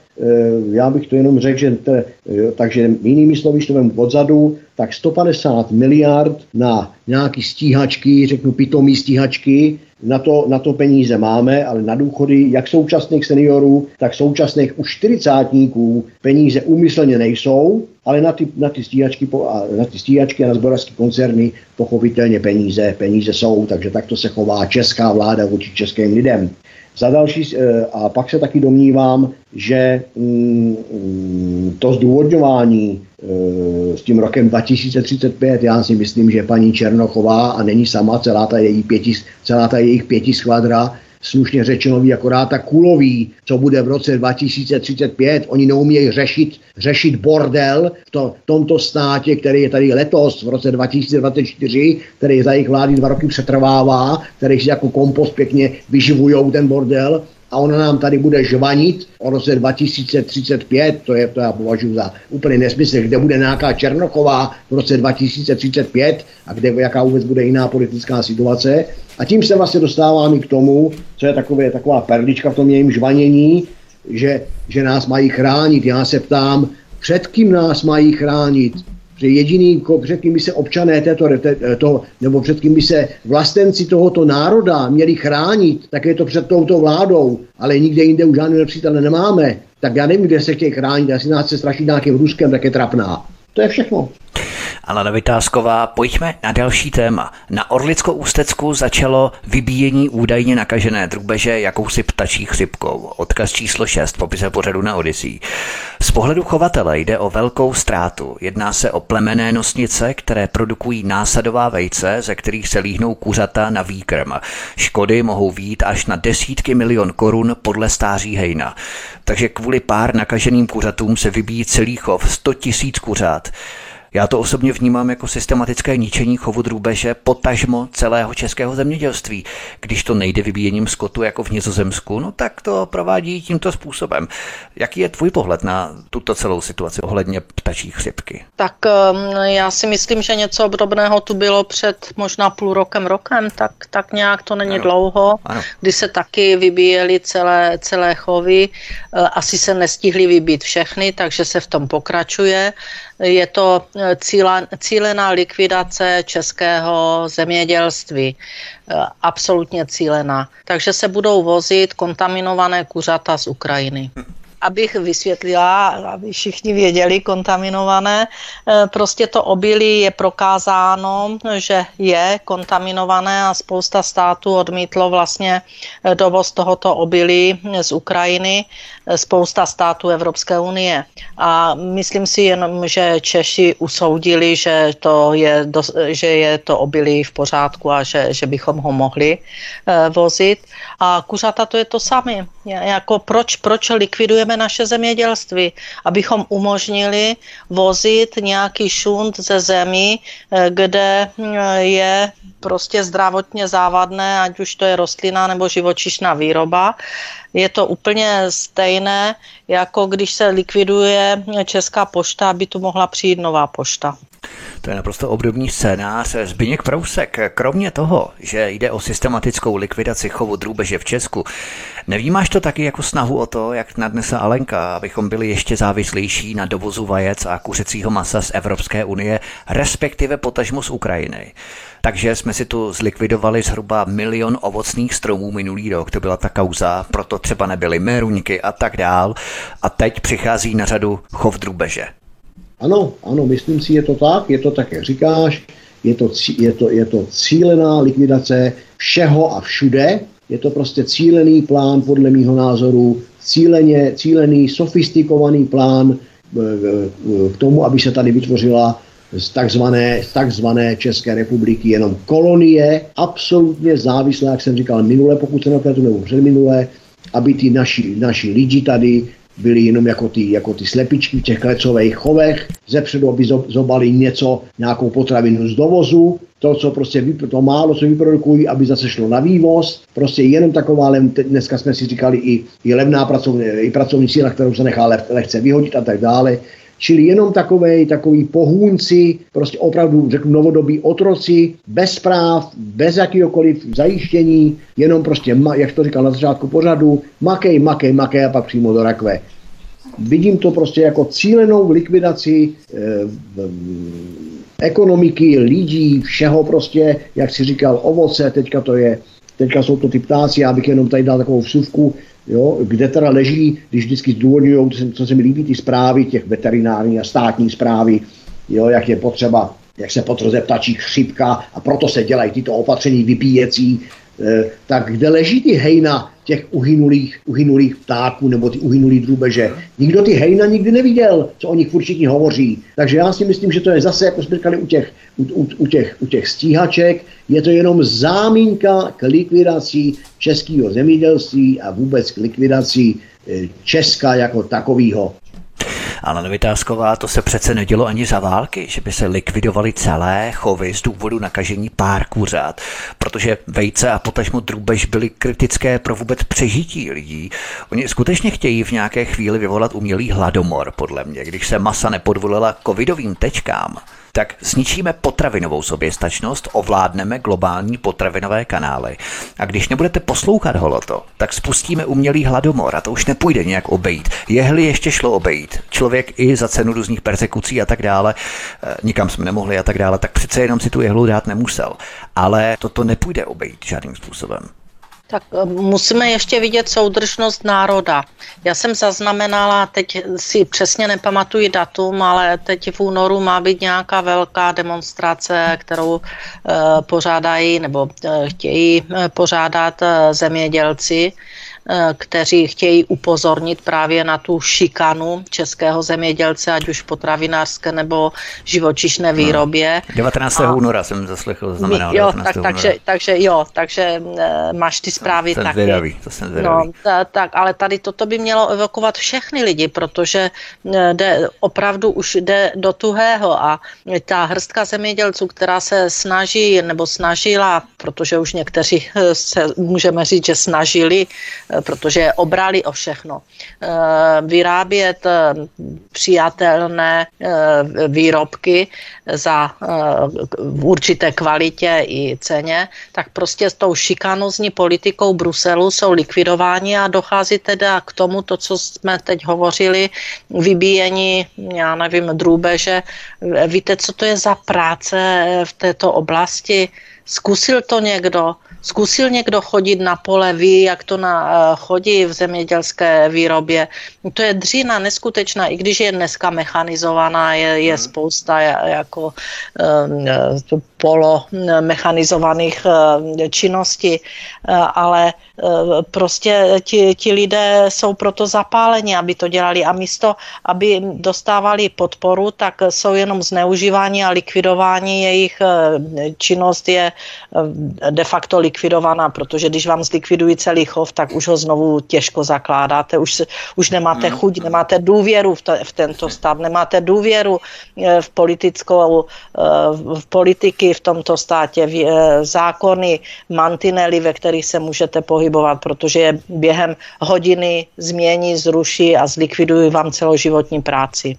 S3: já bych to jenom řekl, že te, takže jinými slovy, to vemu odzadu, tak sto padesát miliard na nějaký stíhačky, řeknu pitomý stíhačky, na to, na to peníze máme, ale na důchody jak současných seniorů, tak současných už čtyřicátníků peníze úmyslně nejsou, ale na ty, na ty stíhačky a na ty stíhačky a na zbrojařské koncerny pochopitelně peníze, peníze jsou, takže takto se chová česká vláda vůči českým lidem. Za další, a pak se taky domnívám, že mm, to zdůvodňování e, s tím rokem dva tisíce třicet pět, já si myslím, že paní Černochová, a není sama, celá ta, její pěti, celá ta jejich pěti skvadra, slušně řečeno ví akorát tak kulový, co bude v roce dva tisíce třicet pět. Oni neumějí řešit, řešit bordel v to, tomto státě, který je tady letos v roce dva tisíce dvacet čtyři, který za jejich vlády dva roky přetrvává, který si jako kompost pěkně vyživujou ten bordel. A ona nám tady bude žvanit o roce dva tisíce třicet pět, to je, to já považuji za úplně nesmysl, kde bude nějaká Černochová v roce dva tisíce třicet pět a kde, jaká vůbec bude jiná politická situace. A tím se vlastně dostávám i k tomu, co je takové, taková perlička v tom jejím žvanění, že, že nás mají chránit. Já se ptám, před kým nás mají chránit? Že jediný, před kým by se občané této, to, nebo před kým by se vlastenci tohoto národa měli chránit, tak je to před touto vládou, ale nikde jinde už žádný nepřítele nemáme. Tak já nevím, kde se chtějí chránit, asi nás se straší nějakým Ruskem, tak je trapná. To je všechno.
S1: Alena Vytázková, pojďme na další téma. Na Orlicko-Ústecku začalo vybíjení údajně nakažené drůbeže jakousi ptačí chřipkou. Odkaz číslo šest v popise pořadu na Odyssey. Z pohledu chovatele jde o velkou ztrátu. Jedná se o plemenné nosnice, které produkují násadová vejce, ze kterých se líhnou kuřata na výkrm. Škody mohou vyjít až na desítky milion korun podle stáří hejna. Takže kvůli pár nakaženým kuřatům se vybíjí celý chov sto tisíc kuřat. Já to osobně vnímám jako systematické ničení chovu drůbeže, potažmo celého českého zemědělství. Když to nejde vybíjením skotu jako v Nizozemsku, no tak to provádí tímto způsobem. Jaký je tvůj pohled na tuto celou situaci ohledně ptačí chřipky?
S2: Tak já si myslím, že něco obdobného tu bylo před možná půl rokem, rokem, tak, tak nějak to není ano. dlouho, ano. kdy se taky vybíjely celé, celé chovy. Asi se nestihly vybít všechny, takže se v tom pokračuje. Je to cíla, cílená likvidace českého zemědělství. Absolutně cílená. Takže se budou vozit kontaminované kuřata z Ukrajiny. Abych vysvětlila, aby všichni věděli, kontaminované, prostě to obilí je prokázáno, že je kontaminované a spousta států odmítlo vlastně dovoz tohoto obilí z Ukrajiny, spousta států Evropské unie. A myslím si jenom, že Češi usoudili, že to je, že je to obilí v pořádku a že, že bychom ho mohli vozit. A kuřata to je to samé. Jako proč, proč likvidujeme potřebujeme naše zemědělství, abychom umožnili vozit nějaký šunt ze zemí, kde je prostě zdravotně závadné, ať už to je rostlina nebo živočišná výroba. Je to úplně stejné, jako když se likviduje Česká pošta, aby tu mohla přijít nová pošta.
S1: To je naprosto obdobný scénář. Zbyněk Prousek, kromě toho, že jde o systematickou likvidaci chovu drůbeže v Česku, nevnímáš to taky jako snahu o to, jak nadnesla Alenka, abychom byli ještě závislejší na dovozu vajec a kuřecího masa z Evropské unie, respektive potažmo z Ukrajiny? Takže jsme si tu zlikvidovali zhruba milion ovocných stromů minulý rok, to byla ta kauza, proto třeba nebyly meruňky a tak dál. A teď přichází na řadu chov drůbeže.
S3: Ano, ano, myslím si, je to tak, je to tak, jak říkáš, je to, je to, je to cílená likvidace všeho a všude, je to prostě cílený plán, podle mýho názoru, cíleně, cílený, sofistikovaný plán k tomu, aby se tady vytvořila z takzvané, z takzvané České republiky jenom kolonie, absolutně závislé, jak jsem říkal minule, pokud se naplétu, nebo předminule, aby ty naši, naši lidi tady byli jenom jako ty, jako ty slepičky v těch klecových chovech, zepředu, aby zobali něco, nějakou potravinu z dovozu, to, co prostě, to málo, co vyprodukují, aby zase šlo na vývoz, prostě jenom taková, dneska jsme si říkali i, i levná pracovní, i pracovní síla, kterou se nechá lehce vyhodit a tak dále. Čili jenom takovej, takový pohůnci, prostě opravdu řeknu novodobí otroci, bez práv, bez jakýhokoliv zajištění, jenom prostě, jak to říkal na začátku pořadu, makej, makej, makej a pak přímo do rakve. Vidím to prostě jako cílenou likvidaci eh, ekonomiky, lidí, všeho prostě, jak si říkal, ovoce, teďka to je, teďka jsou to ty ptáci, já bych jenom tady dal takovou vsuvku, jo, kde teda leží, když vždycky zdůvodňují, co se mi líbí, ty zprávy těch veterinární a státní zprávy, jo, jak je potřeba, jak se potrze ptačí chřipka a proto se dělají tyto opatření vypíjecí, eh, tak kde leží ty hejna těch uhynulých, uhynulých ptáků nebo ty uhynulý drůbeže. Nikdo ty hejna nikdy neviděl, co o nich furt všichni hovoří. Takže já si myslím, že to je zase, jako jsme říkali u těch, u, u, u, těch, u těch stíhaček, je to jenom záminka k likvidaci českého zemědělství a vůbec k likvidaci Česka jako takového.
S1: Anna Vytázková, to se přece nedělo ani za války, že by se likvidovaly celé chovy z důvodu nakažení pár kuřat, protože vejce a potažmo drůbež byly kritické pro vůbec přežití lidí. Oni skutečně chtějí v nějaké chvíli vyvolat umělý hladomor, podle mě, když se masa nepodvolila covidovým tečkám. Tak zničíme potravinovou soběstačnost, ovládneme globální potravinové kanály. A když nebudete poslouchat holoto, tak spustíme umělý hladomor a to už nepůjde nějak obejít. Jehly ještě šlo obejít. Člověk i za cenu různých persekucí a tak dále, nikam jsme nemohli a tak dále, tak přece jenom si tu jehlu dát nemusel. Ale toto nepůjde obejít žádným způsobem.
S2: Tak musíme ještě vidět soudržnost národa. Já jsem zaznamenala, teď si přesně nepamatuji datum, ale teď v únoru má být nějaká velká demonstrace, kterou e, pořádají nebo e, chtějí pořádat e, zemědělci, e, kteří chtějí upozornit právě na tu šikanu českého zemědělce, ať už potravinářské nebo živočišné výrobě.
S1: devatenáctého února jsem zaslechl, znamená
S2: jo, tak, takže, takže jo, takže e, máš ty zprávy
S1: jsem
S2: taky.
S1: Zvědavý, to jsem zvědavý.
S2: No, ta, tak, ale tady toto by mělo evokovat všechny lidi, protože jde, opravdu už jde do tuhého a ta hrstka zemědělců, která se snaží nebo snažila, protože už někteří se můžeme říct, že snažili, protože obrali o všechno, vyrábět přijatelné výrobky za v určité kvalitě i ceně, tak prostě s tou šikanózní politikou Bruselu jsou likvidováni a dochází teda k tomu, to, co jsme teď hovořili, vybíjení, já nevím, drůbeže. Víte, co to je za práce v této oblasti? Zkusil to někdo? Zkusil někdo chodit na pole, ví, jak to na, chodí v zemědělské výrobě. To je dřina neskutečná, i když je dneska mechanizovaná, je, je spousta jako um, polomechanizovaných um, činností, uh, ale uh, prostě ti, ti lidé jsou proto zapáleni, aby to dělali a místo, aby dostávali podporu, tak jsou jenom zneužívání a likvidování, jejich uh, činnost je de facto likvidovaná, protože když vám zlikvidují celý chov, tak už ho znovu těžko zakládáte, už, už nemáte chuť, nemáte důvěru v, te, v tento stát, nemáte důvěru v politickou, v politiky v tomto státě, v zákony, mantinely, ve kterých se můžete pohybovat, protože je během hodiny změní, zruší a zlikvidují vám celoživotní práci.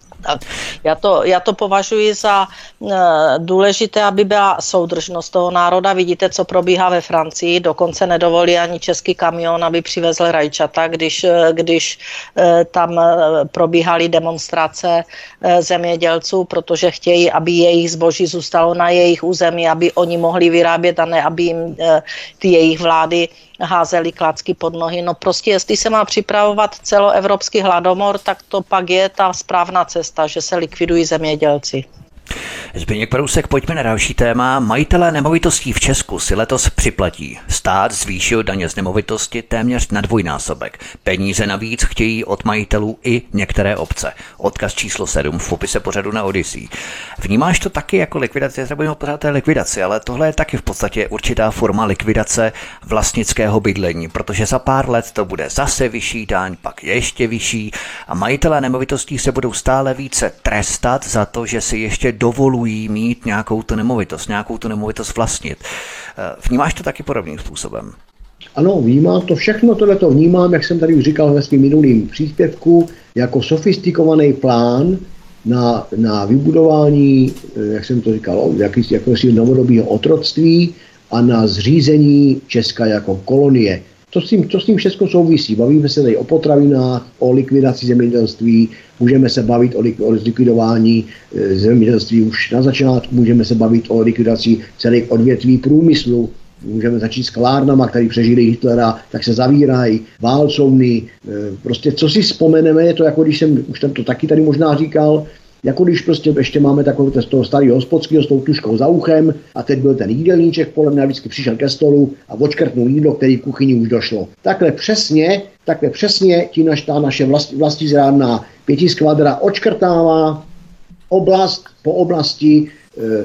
S2: Já to, já to považuji za e, důležité, aby byla soudržnost toho národa. Vidíte, co probíhá ve Francii. Dokonce nedovolí ani český kamion, aby přivezl rajčata, když, když e, tam probíhaly demonstrace e, zemědělců, protože chtějí, aby jejich zboží zůstalo na jejich území, aby oni mohli vyrábět a ne, aby jim e, ty jejich vlády házeli klacky pod nohy. No prostě, jestli se má připravovat celoevropský hladomor, tak to pak je ta správná cesta, že se likvidují zemědělci.
S1: Zbyněk Prousek, pojďme na další téma. Majitelé nemovitostí v Česku si letos připlatí. Stát zvýšil daně z nemovitosti téměř na dvojnásobek. Peníze navíc chtějí od majitelů i některé obce. Odkaz číslo sedm v popise pořadu na Odyssey. Vnímáš to taky jako likvidaci? Zabudeme pořád té likvidaci, ale tohle je taky v podstatě určitá forma likvidace vlastnického bydlení, protože za pár let to bude zase vyšší daň, pak ještě vyšší a majitelé nemovitostí se budou stále více trestat za to, že si ještě dovolují mít nějakou tu nemovitost, nějakou tu nemovitost vlastnit. Vnímáš to taky podobným způsobem?
S3: Ano, vnímám to všechno, tohle to vnímám, jak jsem tady už říkal ve svým minulým příspěvku, jako sofistikovaný plán na, na vybudování, jak jsem to říkal, jakýsi, jakýsi novodobího otroctví a na zřízení Česka jako kolonie. To s tím, to s tím všechno souvisí. Bavíme se tady o potravinách, o likvidaci zemědělství, můžeme se bavit o, lik, o likvidování e, zemědělství už na začátku, můžeme se bavit o likvidaci celých odvětví průmyslu, můžeme začít s sklárnama, který přežili Hitlera, tak se zavírají, válcovny. E, prostě co si vzpomeneme, je to jako když jsem, už jsem to taky tady možná říkal, jako když prostě ještě máme takové z toho starého hospodského s tou tuškou za uchem a teď byl ten jídelníček poledne a vždycky přišel ke stolu a odškrtnul jídlo, který v kuchyni už došlo. Takhle přesně, takhle přesně ti naš, ta naše vlast, vlastizrádná pětiskvadra odškrtává oblast po oblasti, eh,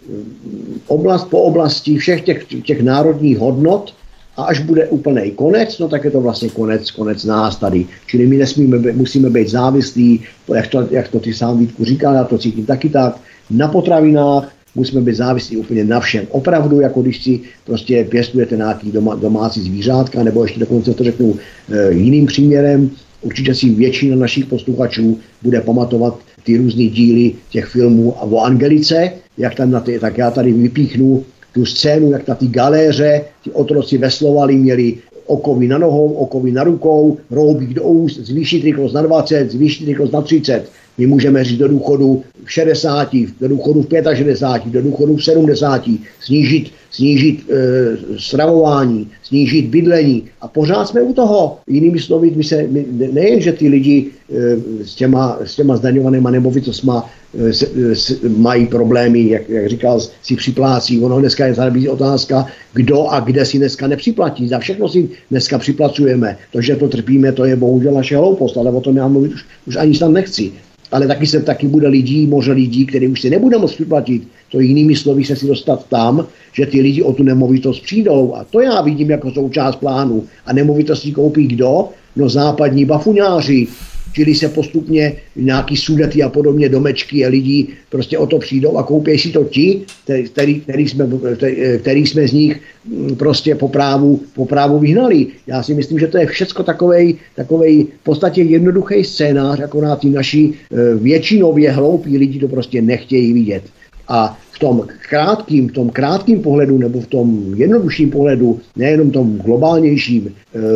S3: oblast po oblasti všech těch, těch národních hodnot. A až bude úplný konec, no tak je to vlastně konec, konec nás tady. Čili my nesmíme, musíme být závislí, jak to, jak to ty sám Vítku říkal, já to cítím taky tak, na potravinách, musíme být závislí úplně na všem. Opravdu, jako když si prostě pěstujete nějaký doma, domácí zvířátka, nebo ještě dokonce to řeknu e, jiným příměrem, určitě si většina našich posluchačů bude pamatovat ty různé díly těch filmů a o Angelice, jak tam na ty, tak já tady vypíchnu tu scénu, jak na ty galéře ti otroci veslovali, měli okovy na nohou, okovy na rukou, roubík do úst, zvýšit rychlost na dvacet, zvýšit rychlost na třicet. My můžeme říct do důchodu v šedesáti, do důchodu v šedesáti pěti, do důchodu v sedmdesáti, snížit, snížit e, stravování, snížit bydlení a pořád jsme u toho. Jinými slovy, my se, my, nejen, že ty lidi e, s, těma, s těma zdaňovanýma nemovitostma e, s, s, mají problémy, jak, jak říkal, si připlácí. Ono dneska je tady otázka, kdo a kde si dneska nepřiplatí. Za všechno si dneska připlacujeme. To, že to trpíme, to je bohužel naše hloupost, ale o tom já mluvit už, už ani snad nechci. Ale taky se taky bude lidí, možná lidí, který už si nebude moct připlatit. To jinými slovy se si dostat tam, že ty lidi o tu nemovitost přijdou. A to já vidím jako součást plánu. A nemovitosti koupí kdo? No západní bafuňáři. Čili se postupně nějaký sudety a podobně domečky a lidi prostě o to přijdou a koupí si to ti, který, který, jsme, který jsme z nich prostě po právu, po právu vyhnali. Já si myslím, že to je všecko takovej, takovej v podstatě jednoduchý scénář, akorát ty naši většinově hloupí lidi to prostě nechtějí vidět. A v tom krátkým, v tom krátkým pohledu nebo v tom jednodušším pohledu, nejenom tom globálnějším,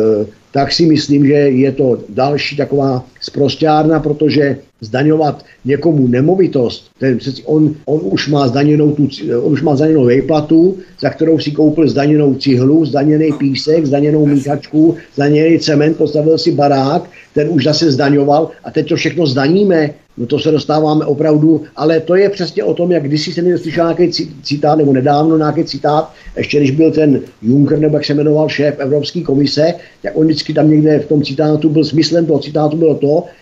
S3: tak si myslím, že je to další taková sprosťárna, protože zdaňovat někomu nemovitost, ten, on, on, už má zdaněnou tu, on už má zdaněnou výplatu, za kterou si koupil zdaněnou cihlu, zdaněný písek, zdaněnou míchačku, zdaněný cement, postavil si barák, ten už zase zdaňoval a teď to všechno zdaníme. No to se dostáváme opravdu, ale to je přesně o tom, jak kdysi se mi slyšel nějaký citát, nebo nedávno nějaký citát, ještě když byl ten Juncker, nebo jak se jmenoval šéf Evropské komise, tak on vždycky tam někde v tom citátu byl, smyslem toho citátu bylo to,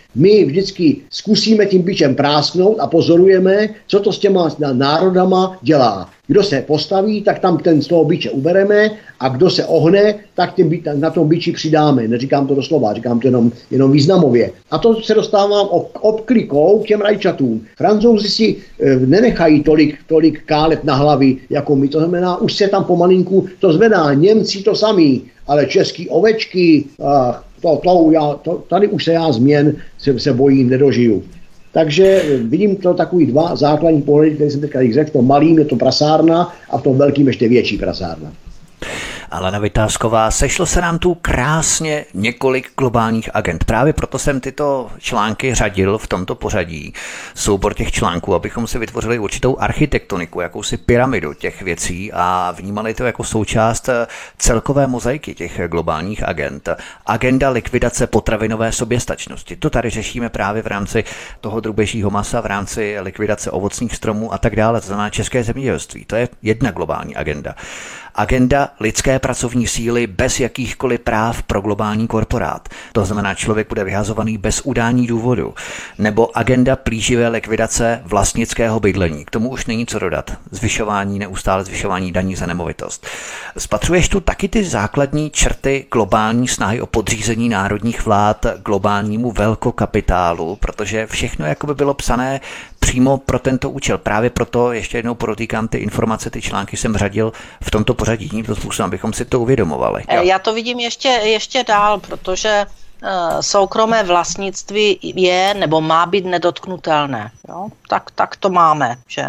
S3: My vždycky zkusíme tím bičem prásknout a pozorujeme, co to s těma národama dělá. Kdo se postaví, tak tam ten z toho biče ubereme a kdo se ohne, tak tím, na tom biči přidáme. Neříkám to doslova, říkám to jenom, jenom významově. A to se dostávám obklikou k těm rajčatům. Francouzi si e, nenechají tolik, tolik kálet na hlavy jako my. To znamená, už se tam pomalinku to zvedá. Němci to samý, ale český ovečky, a to, to, já, to, tady už se já změn se, se bojím, nedožiju. Takže vidím to takový dva základní pohledy, které jsem teďka řekl, v tom malým je to prasárna a v tom velkým ještě větší prasárna.
S1: Alena Vytázková, sešlo se nám tu krásně několik globálních agent. Právě proto jsem tyto články řadil v tomto pořadí. Soubor těch článků, abychom si vytvořili určitou architektoniku, jakousi pyramidu těch věcí a vnímali to jako součást celkové mozaiky těch globálních agent. Agenda likvidace potravinové soběstačnosti. To tady řešíme právě v rámci toho drůbežího masa, v rámci likvidace ovocných stromů a tak dále. To znamená české zemědělství. To je jedna globální agenda. Agenda lidské pracovní síly bez jakýchkoliv práv pro globální korporát. To znamená, člověk bude vyhazovaný bez udání důvodu. Nebo agenda plíživé likvidace vlastnického bydlení. K tomu už není co dodat. Zvyšování, neustále zvyšování daní za nemovitost. Spatřuješ tu taky ty základní črty globální snahy o podřízení národních vlád globálnímu velkokapitálu, protože všechno jako by bylo psané přímo pro tento účel. Právě proto ještě jednou podotýkám ty informace, ty články jsem řadil v tomto pořadí tímto způsobem, abychom si to uvědomovali. Jo.
S2: Já to vidím ještě, ještě dál, protože uh, soukromé vlastnictví je nebo má být nedotknutelné. Jo? Tak, tak to máme, že?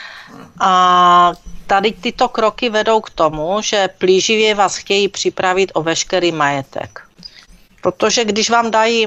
S2: A tady tyto kroky vedou k tomu, že plíživě vás chtějí připravit o veškerý majetek. Protože když vám dají uh,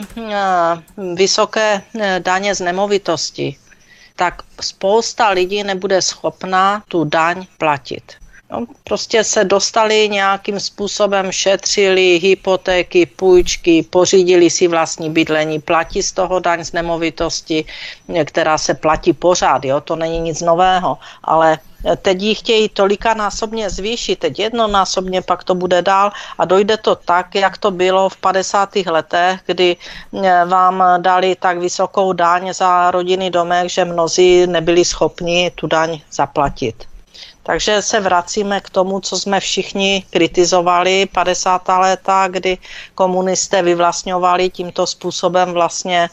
S2: vysoké uh, daně z nemovitosti, tak spousta lidí nebude schopná tu daň platit. No, prostě se dostali nějakým způsobem, šetřili hypotéky, půjčky, pořídili si vlastní bydlení, platí z toho daň z nemovitosti, která se platí pořád, jo? To není nic nového, ale teď ji chtějí tolikanásobně zvýšit, teď jednonásobně, pak to bude dál a dojde to tak, jak to bylo v padesátých letech, kdy vám dali tak vysokou daň za rodinný domek, že mnozí nebyli schopni tu daň zaplatit. Takže se vracíme k tomu, co jsme všichni kritizovali padesátá léta, kdy komunisté vyvlastňovali tímto způsobem vlastně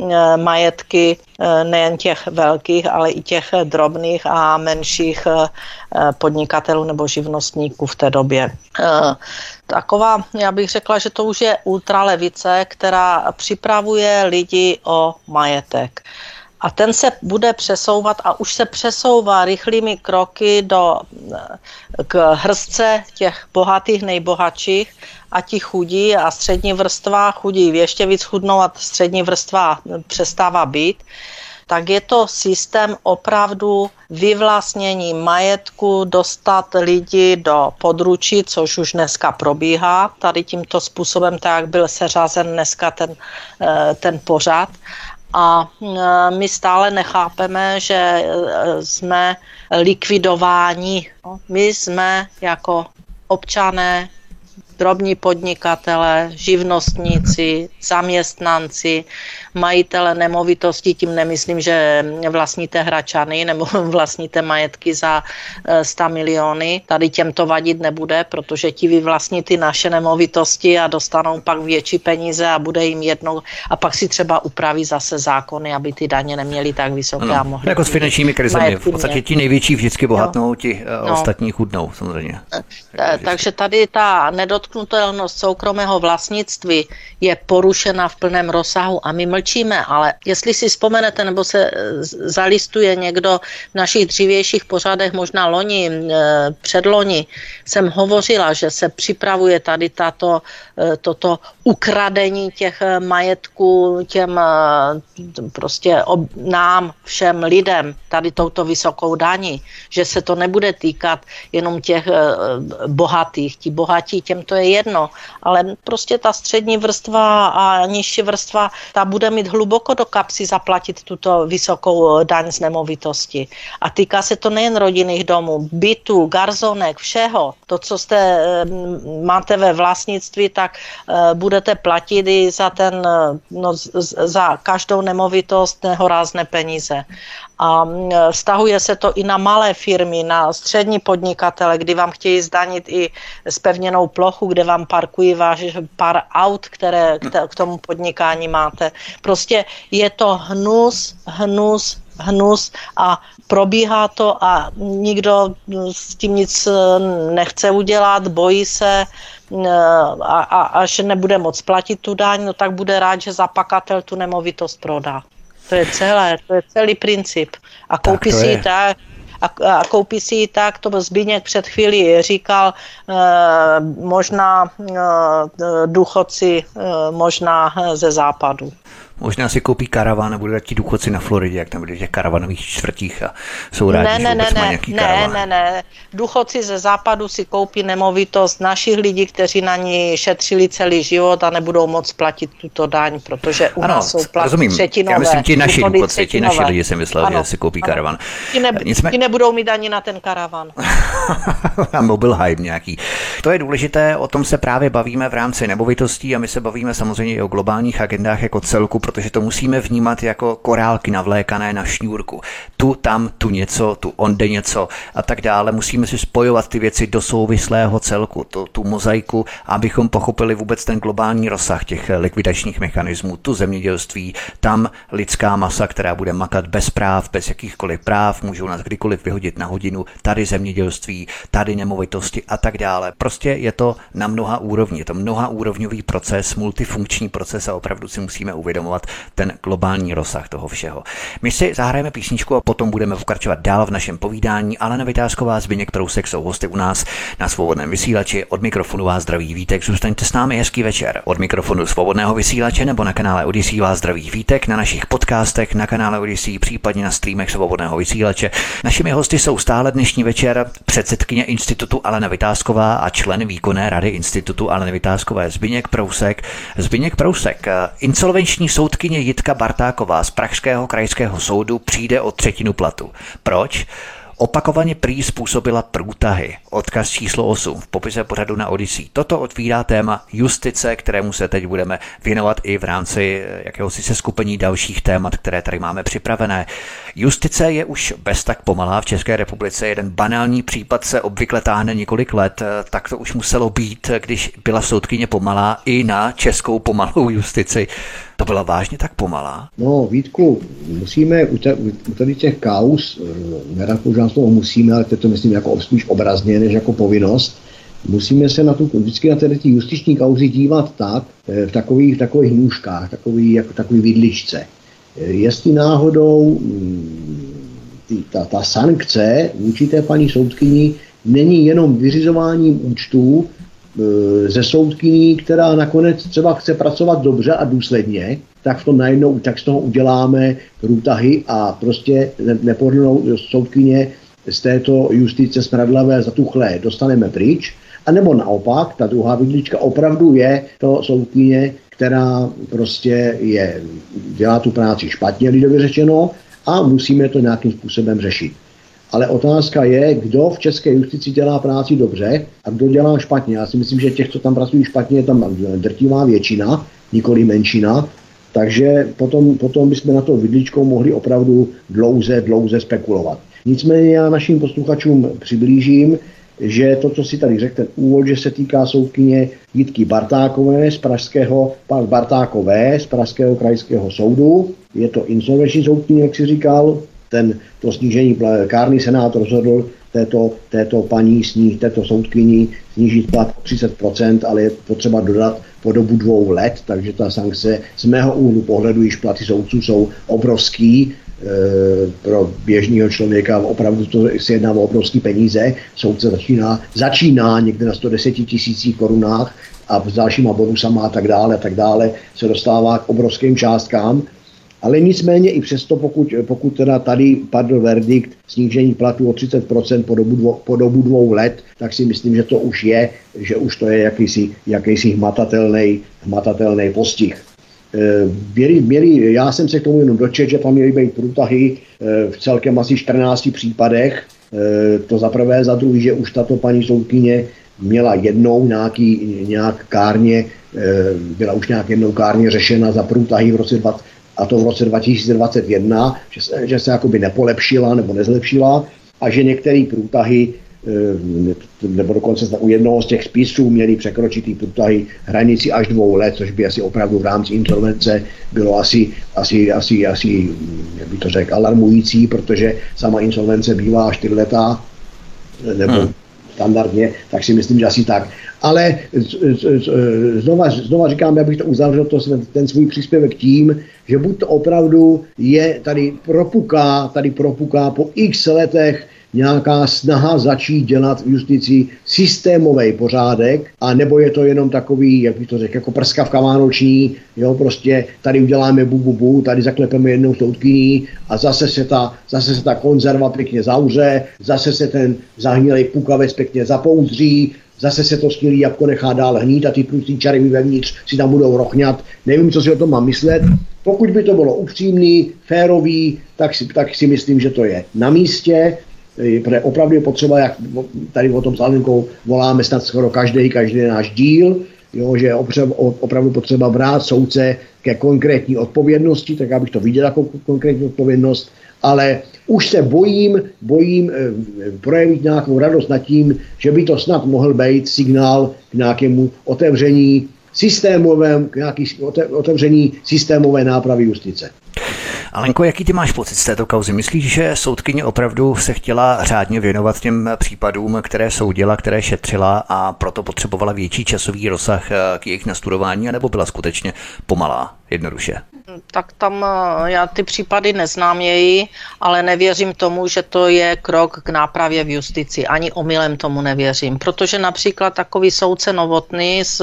S2: majetky nejen těch velkých, ale i těch drobných a menších podnikatelů nebo živnostníků v té době. Taková, já bych řekla, že to už je ultralevice, která připravuje lidi o majetek. A ten se bude přesouvat a už se přesouvá rychlými kroky do, k hrstce těch bohatých, nejbohatších a ti chudí a střední vrstva chudí ještě víc chudnou a střední vrstva přestává být. Tak je to systém opravdu vyvlastnění majetku, dostat lidi do područí, což už dneska probíhá. Tady tímto způsobem, tak jak byl seřazen dneska ten, ten pořad. A my stále nechápeme, že jsme likvidováni. My jsme jako občané, drobní podnikatelé, živnostníci, zaměstnanci, majitele nemovitostí, tím nemyslím, že vlastníte Hračany nebo vlastníte majetky za sto miliony. Tady těm to vadit nebude, protože ti vyvlastní ty naše nemovitosti a dostanou pak větší peníze a bude jim jednou a pak si třeba upraví zase zákony, aby ty daně neměly tak vysoké
S1: no,
S2: a mohly.
S1: Jako s finančními krizemi. V podstatě ti největší vždycky bohatnou, ti no. ostatní chudnou samozřejmě.
S2: Takže tady ta nedotknutelnost soukromého vlastnictví je porušena v plném rozsahu a my mlčíme, ale jestli si vzpomenete nebo se zalistuje někdo v našich dřívějších pořadech, možná loni, předloni, jsem hovořila, že se připravuje tady tato, toto ukradení těch majetků těm prostě ob, nám, všem lidem, tady touto vysokou daní, že se to nebude týkat jenom těch bohatých. Ti bohatí, těm to to je jedno, ale prostě ta střední vrstva a nižší vrstva, ta bude mít hluboko do kapsy zaplatit tuto vysokou daň z nemovitosti. A týká se to nejen rodinných domů, bytů, garzonek, všeho. To, co jste máte ve vlastnictví, tak budete platit i za ten, no, za každou nemovitost nehorázné peníze. A vztahuje se to i na malé firmy, na střední podnikatele, kdy vám chtějí zdanit i zpevněnou plochu, kde vám parkují váš pár aut, které k tomu podnikání máte. Prostě je to hnus, hnus, hnus a probíhá to a nikdo s tím nic nechce udělat, bojí se a, a až nebude moc platit tu daň, no tak bude rád, že zapakatel tu nemovitost prodá. To je celé, to je celý princip. A koupí si ji tak, a, a koupí si ji tak, to Zbyněk před chvílí říkal, e, možná e, důchodci, e, možná ze západu.
S1: Možná si koupí karavan a budou ti důchodci na Floridě, jak tam bude v těch karavanových čtvrtích a jsou rádi,
S2: ne,
S1: že
S2: ne,
S1: vůbec
S2: ne,
S1: mají nějaký
S2: ne,
S1: karavan.
S2: Ne, ne, ne. Důchodci ze západu si koupí nemovitost našich lidí, kteří na ní šetřili celý život a nebudou moc platit tuto daň, protože u
S1: ano,
S2: nás jsou platy třetinové.
S1: Já myslím, ti naši důchodci, ti naši lidi jsem myslel, ano, že si koupí ano. karavan.
S2: Ti, ne, Nicmé... ti nebudou mít ani na ten karavan.
S1: Na mobil hype nějaký. To je důležité, o tom se právě bavíme v rámci nemovitostí a my se bavíme samozřejmě i o globálních agendách jako celku, protože to musíme vnímat jako korálky navlékané na šňůrku. Tu, tam, tu něco, tu onde něco a tak dále. Musíme si spojovat ty věci do souvislého celku, tu, tu mozaiku, abychom pochopili vůbec ten globální rozsah těch likvidačních mechanismů, tu zemědělství, tam lidská masa, která bude makat bez práv, bez jakýchkoliv práv, můžou nás kdykoliv vyhodit na hodinu, tady zemědělství, tady nemovitosti a tak dále. Prostě je to na mnoha úrovni, je to mnohaúrovňový proces, multifunkční proces a opravdu si musíme uvědomovat ten globální rozsah toho všeho. My si zahrajeme písničku a potom budeme pokračovat dál v našem povídání. Alena Vytázková, Zbyněk Prousek jsou hosty u nás na Svobodném vysílači. Od mikrofonu vás zdraví Vítek, zůstaňte s námi, hezký večer. Od mikrofonu Svobodného vysílače nebo na kanále Odyssey vás zdraví Vítek, na našich podcastech, na kanále Odyssey, případně na streamech Svobodného vysílače. Našimi hosty jsou stále dnešní večer předsedkyně Institutu Alena Vytázková a člen výkonné rady Institutu Aleny Vytázkové Zbyněk Prousek. Zbyněk Prousek, insolvenční soudkyně Jitka Bartáková z Pražského krajského soudu přijde o třetinu platu. Proč? Opakovaně prý způsobila průtahy. Odkaz číslo osm v popise pořadu na Odyssey. Toto otvírá téma justice, kterému se teď budeme věnovat i v rámci jakéhosi seskupení dalších témat, které tady máme připravené. Justice je už bez tak pomalá v České republice. Jeden banální případ se obvykle táhne několik let, tak to už muselo být, když byla soudkyně pomalá i na českou pomalou justici. To byla vážně tak pomalá?
S3: No, Vítku, musíme u, te, u tady těch kauz, nerad používám slovo musíme, ale to myslím jako spíš obrazně, než jako povinnost, musíme se na tu, vždycky na ty justiční kauzy dívat tak, v takových, v takových nůžkách, takový, jako takový vidličce. Jestli náhodou ty, ta, ta sankce vůči té paní soudkyni není jenom vyřizováním účtů ze soudkyní, která nakonec třeba chce pracovat dobře a důsledně, tak v tom najednou, tak z toho uděláme průtahy a prostě nepohodlnou soudkyně z této justice spravedlivé zatuchlé dostaneme pryč. A nebo naopak, ta druhá vidlička opravdu je to soudkyně, která prostě je, dělá tu práci špatně, lidově řečeno, a musíme to nějakým způsobem řešit. Ale otázka je, kdo v české justici dělá práci dobře a kdo dělá špatně. Já si myslím, že těch, co tam pracují špatně, je tam drtivá většina, nikoli menšina. Takže potom, potom bychom na to vidličkou mohli opravdu dlouze, dlouze spekulovat. Nicméně já našim posluchačům přiblížím, že to, co si tady řekl, ten úvod, že se týká soudkyně Jitky Bartákové z Pražského, Bartákové z Pražského krajského soudu. Je to insolvenční soudkyně, jak si říkal. Ten, to snížení, kárný senát rozhodl této, této paní, sní, této soudkyni snížit plat o třicet procent, ale je potřeba dodat po dobu dvou let, takže ta sankce z mého úhlu pohledu, již platy soudců jsou obrovský, e, pro běžného člověka opravdu to se jedná o obrovský peníze, soudce začíná, začíná někde na sto deset tisících korunách a s dalšíma bonusama a tak dále, a tak dále se dostává k obrovským částkám. Ale nicméně i přesto, pokud, pokud teda tady padl verdikt snížení platů o třicet procent po dobu, dvou, po dobu dvou let, tak si myslím, že to už je, že už to je jakýsi, jakýsi hmatatelný, hmatatelný postih. Měli, měli, já jsem se k tomu jenom dočetl, že tam měly být průtahy v celkem asi čtrnácti případech. To za prvé, za druhý, že už tato paní soudkyně měla jednou nějaký, nějak kárně, byla už nějak jednou kárně řešena za průtahy v roce dvacet, a to v roce dva tisíce dvacet jedna, že se, že se jakoby nepolepšila nebo nezlepšila a že některé průtahy, nebo dokonce u jednoho z těch spisů měli překročit ty průtahy hranici až dvou let, což by asi opravdu v rámci insolvence bylo asi, asi, asi, asi jak by to řekl, alarmující, protože sama insolvence bývá čtyřletá, nebo hmm. standardně, tak si myslím, že asi tak. Ale znova, znova říkám, já bych to uzavřel to, ten svůj příspěvek tím, že buď to opravdu je tady propuká, tady propuká po x letech nějaká snaha začít dělat v justici systémový pořádek, a nebo je to jenom takový, jak bych to řekl, jako prskavka vánoční, jo, prostě tady uděláme bu, bu, bu, tady zaklepeme jednou soudkyní a zase se ta, zase se ta konzerva pěkně zavře, zase se ten zahnilej pukavec pěkně zapoudří, zase se to snílý jabko nechá dál hnít a ty tlustý čarvy vevnitř si tam budou rochňat. Nevím, co si o tom mám myslet. Pokud by to bylo upřímný, férový, tak si, tak si myslím, že to je na místě. Protože opravdu je potřeba, jak tady o tom s Alenkou voláme snad skoro každý, každý náš díl, jo, že je opravdu potřeba brát soudce ke konkrétní odpovědnosti, tak abych to viděl jako konkrétní odpovědnost, ale už se bojím, bojím projevit nějakou radost nad tím, že by to snad mohl být signál k nějakému otevření systémovém, k nějaký otevření systémové nápravy justice.
S1: Alenko, jaký ty máš pocit z této kauzy? Myslíš, že soudkyně opravdu se chtěla řádně věnovat těm případům, které soudila, které šetřila, a proto potřebovala větší časový rozsah k jejich nastudování, anebo byla skutečně pomalá, jednoduše?
S2: Tak tam já ty případy neznám její, ale nevěřím tomu, že to je krok k nápravě v justici. Ani omylem tomu nevěřím, protože například takový soudce Novotný z,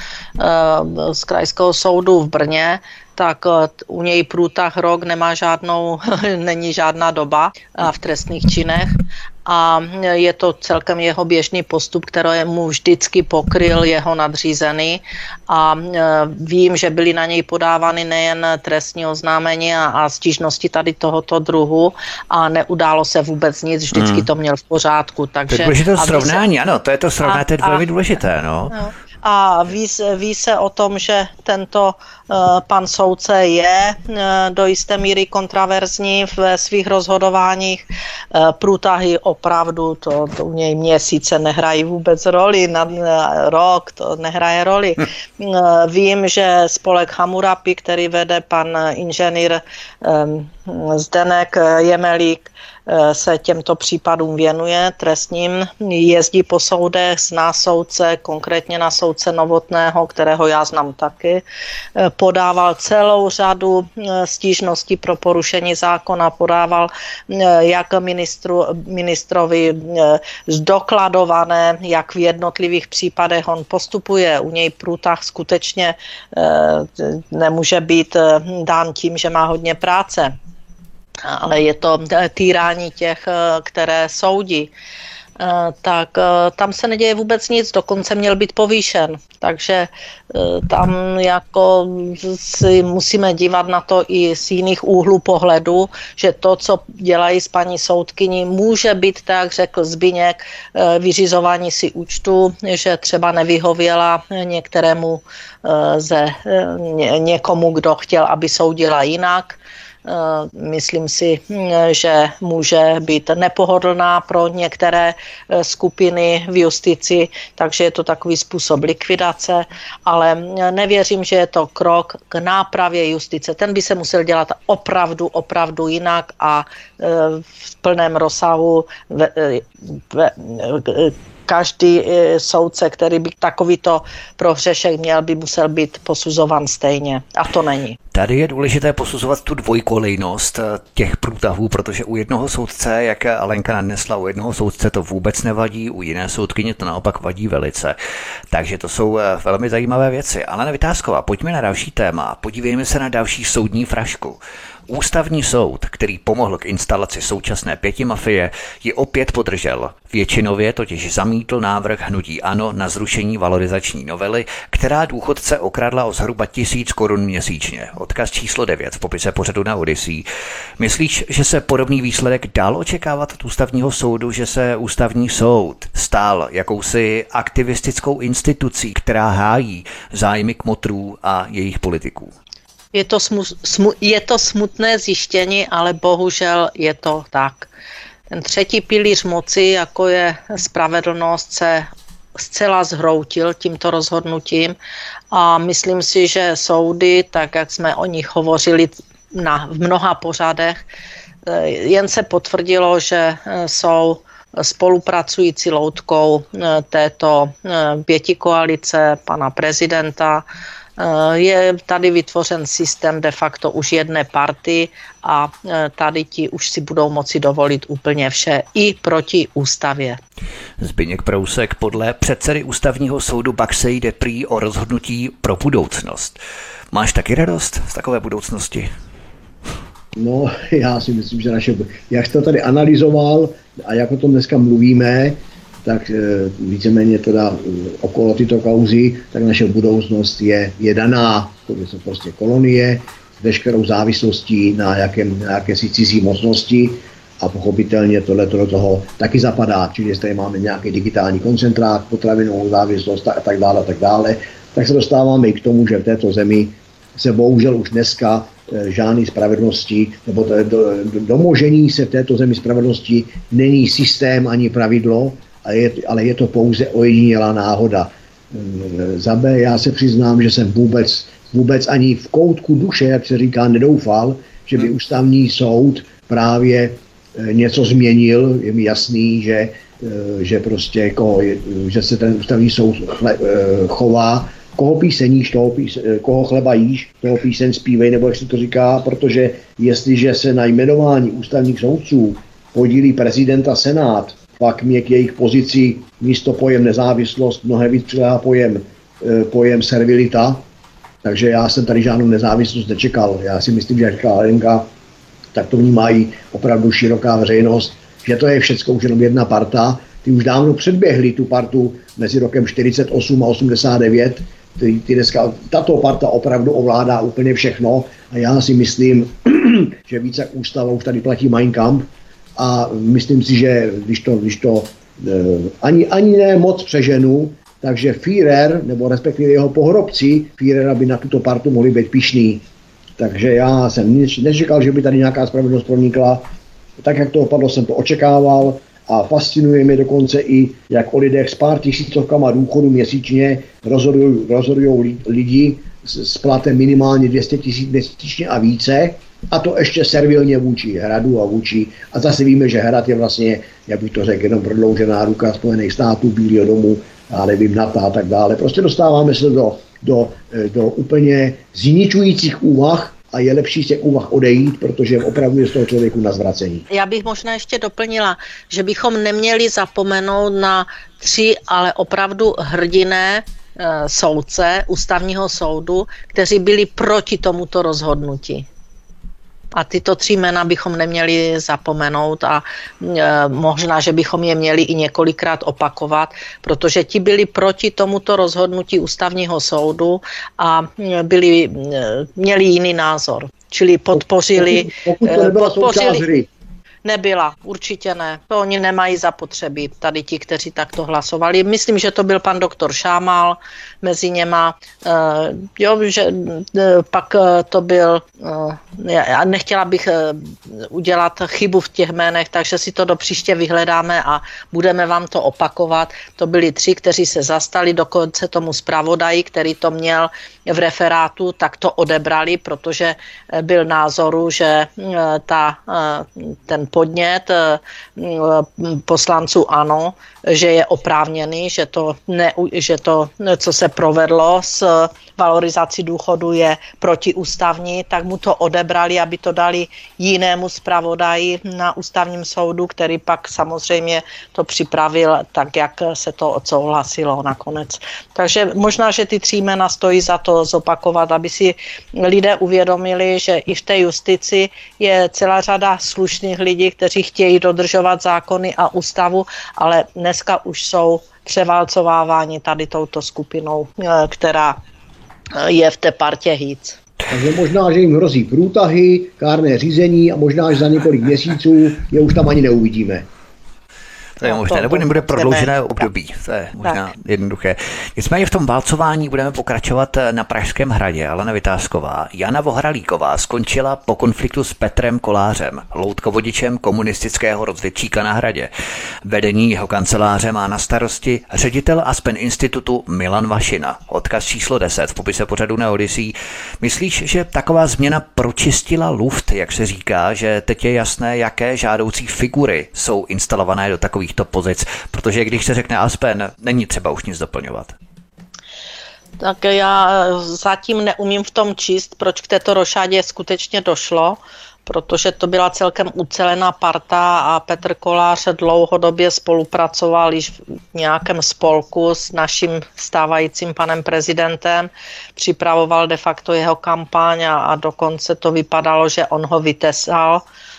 S2: z Krajského soudu v Brně, tak u něj průtah rok nemá žádnou, není žádná doba v trestných činech a je to celkem jeho běžný postup, který mu vždycky pokryl jeho nadřízený, a vím, že byly na něj podávány nejen trestní oznámení a, a stížnosti tady tohoto druhu a neudálo se vůbec nic, vždycky hmm. to měl v pořádku. Takže,
S1: to je důležité srovnání, se, ano, to je to srovnání, to je velmi důležité, no. no.
S2: A ví, ví se o tom, že tento uh, pan soudce je uh, do jisté míry kontraverzní ve svých rozhodováních. Uh, průtahy opravdu, to, to u něj měsíce nehrají vůbec roli, na uh, rok to nehraje roli. Uh, vím, že spolek Hammurapi, který vede pan inženýr um, Zdeněk Jemelík, se těmto případům věnuje trestním, jezdí po soudech, zná soudce, konkrétně na soudce Novotného, kterého já znám taky, podával celou řadu stížností pro porušení zákona, podával jak ministru, ministrovi zdokladované, jak v jednotlivých případech on postupuje. U něj průtah skutečně nemůže být dán tím, že má hodně práce, ale je to týrání těch, které soudí. Tak tam se neděje vůbec nic, dokonce měl být povýšen. Takže tam jako si musíme dívat na to i z jiných úhlů pohledu, že to, co dělají s paní soudkyní, může být, tak řekl Zbyněk, vyřizování si účtu, že třeba nevyhověla některému ze někomu, kdo chtěl, aby soudila jinak. Myslím si, že může být nepohodlná pro některé skupiny v justici, takže je to takový způsob likvidace, ale nevěřím, že je to krok k nápravě justice. Ten by se musel dělat opravdu, opravdu jinak a v plném rozsahu ve, ve, každý soudce, který by takovýto prohřešek měl, by musel být posuzovan stejně. A to není.
S1: Tady je důležité posuzovat tu dvojkolejnost těch průtahů, protože u jednoho soudce, jak Alenka nadnesla, u jednoho soudce to vůbec nevadí, u jiné soudkyně to naopak vadí velice. Takže to jsou velmi zajímavé věci. Alena Vitásková, pojďme na další téma. Podívejme se na další soudní frašku. Ústavní soud, který pomohl k instalaci současné pětimafie, ji opět podržel. Většinově totiž zamítl návrh hnutí ANO na zrušení valorizační novely, která důchodce okradla o zhruba tisíc korun měsíčně. Odkaz číslo devět v popise pořadu na Odyssey. Myslíš, že se podobný výsledek dal očekávat od ústavního soudu, že se ústavní soud stal jakousi aktivistickou institucí, která hájí zájmy kmotrů a jejich politiků?
S2: Je to, smu, smu, je to smutné zjištění, ale bohužel je to tak. Ten třetí pilíř moci, jako je spravedlnost, se zcela zhroutil tímto rozhodnutím a myslím si, že soudy, tak jak jsme o nich hovořili na, v mnoha pořadech, jen se potvrdilo, že jsou spolupracující loutkou této pětikoalice pana prezidenta. Je tady vytvořen systém de facto už jedné party a tady ti už si budou moci dovolit úplně vše i proti ústavě.
S1: Zbyněk Prousek, podle předsedy ústavního soudu Baxy jde prý o rozhodnutí pro budoucnost. Máš taky radost z takové budoucnosti?
S3: No, já si myslím, že naše, jak jste to tady analyzoval a jak o tom dneska mluvíme, tak víceméně teda okolo tyto kauzy, tak naše budoucnost je, je daná, to jsou prostě kolonie, s veškerou závislostí na, jakém, na jakési cizí mocnosti a pochopitelně tohle do toho taky zapadá, čili jestli tady máme nějaký digitální koncentrát, potravinovou závislost a tak dále, a tak dále, tak se dostáváme i k tomu, že v této zemi se bohužel už dneska žádný spravedlnosti, nebo to, do, do, domožení se v této zemi spravedlnosti není systém ani pravidlo, ale je, ale je to pouze ojedinělá náhoda. Za B, já se přiznám, že jsem vůbec, vůbec ani v koutku duše, jak se říká, nedoufal, že by ústavní soud právě něco změnil. Je mi jasný, že, že, prostě jako, že se ten ústavní soud chová, koho píseníš, toho píse, koho chleba jíš, toho píseň zpívej, nebo jak se to říká, protože jestliže se na jmenování ústavních soudců podílí prezident a senát, pak mě k jejich pozici místo pojem nezávislost mnohem víc přiléhá pojem, pojem servilita, takže já jsem tady žádnou nezávislost nečekal. Já si myslím, že jak říká Alenka, tak to vnímají opravdu široká veřejnost, že to je všecko už jenom jedna parta. Ty už dávno předběhli tu partu mezi rokem čtyřicet osm a osmdesát devět. Ty, ty dneska, tato parta opravdu ovládá úplně všechno a já si myslím, že více jak ústava už tady platí Mein Kampf a myslím si, že když to, když to eh, ani, ani ne moc přeženu, takže Führer, nebo respektive jeho pohrobci Führera by na tuto partu mohli být pyšný. Takže já jsem nečekal, že by tady nějaká spravedlnost pronikla. Tak, jak to opadlo, jsem to očekával a fascinuje mě dokonce i, jak o lidech s pár tisícovkama důchodu měsíčně rozhodují, rozhodují lidi s, s platem minimálně dvě stě tisíc měsíčně a více. A to ještě servilně vůči Hradu a vůči. A zase víme, že Hrad je vlastně, jak bych to řekl, jenom prodloužená ruka Spojených států, Bílého domu, já nevím, NATO a tak dále. Prostě dostáváme se do, do, do úplně zničujících úvah a je lepší z těch úvah odejít, protože opravdu je z toho člověku na zvracení.
S2: Já bych možná ještě doplnila, že bychom neměli zapomenout na tři, ale opravdu hrdiné e, soudce ústavního soudu, kteří byli proti tomuto rozhodnutí. A tyto tři jména bychom neměli zapomenout a e, možná, že bychom je měli i několikrát opakovat, protože ti byli proti tomuto rozhodnutí ústavního soudu a byli, e, měli jiný názor. Čili podpořili...
S3: Pokud to nebyla součást hry.
S2: Nebyla, určitě ne. To oni nemají zapotřebí, tady ti, kteří takto hlasovali. Myslím, že to byl pan doktor Šámal mezi něma. Uh, jo, že uh, pak uh, to byl... Uh, já nechtěla bych uh, udělat chybu v těch jménech, takže si to do příště vyhledáme a budeme vám to opakovat. To byli tři, kteří se zastali, dokonce tomu zpravodaji, který to měl v referátu, tak to odebrali, protože byl názoru, že ta, ten podnět poslanců ANO že je oprávněný, že to, ne, že to, co se provedlo s valorizací důchodu, je protiústavní, tak mu to odebrali, aby to dali jinému zpravodaji na ústavním soudu, který pak samozřejmě to připravil tak, jak se to odsouhlasilo nakonec. Takže možná, že ty tři jména stojí za to zopakovat, aby si lidé uvědomili, že i v té justici je celá řada slušných lidí, kteří chtějí dodržovat zákony a ústavu, ale dneska už jsou převálcováváni tady touto skupinou, která je v té partě Hýc.
S3: Takže možná, že jim hrozí průtahy, kárné řízení a možná, že za několik měsíců je už tam ani neuvidíme.
S1: To je možné, nebo nebude prodloužené období, to je možná tak jednoduché. Nicméně v tom válcování budeme pokračovat na Pražském hradě. Alena Vitásková. Jana Vohralíková skončila po konfliktu s Petrem Kolářem, loutkovodičem komunistického rozvědčíka na hradě. Vedení jeho kanceláře má na starosti ředitel Aspen institutu Milan Vašina. Odkaz číslo deset v popise pořadu na Odyssey. Myslíš, že taková změna pročistila luft, jak se říká, že teď je jasné, jaké žádoucí figury jsou instalované do takových to pozic, protože když se řekne Aspen, není třeba už nic doplňovat.
S2: Tak já zatím neumím v tom číst, proč k této rošádě skutečně došlo, protože to byla celkem ucelená parta a Petr Kolář dlouhodobě spolupracoval již v nějakém spolku s naším stávajícím panem prezidentem, připravoval de facto jeho kampaň a, a dokonce to vypadalo, že on ho vytesal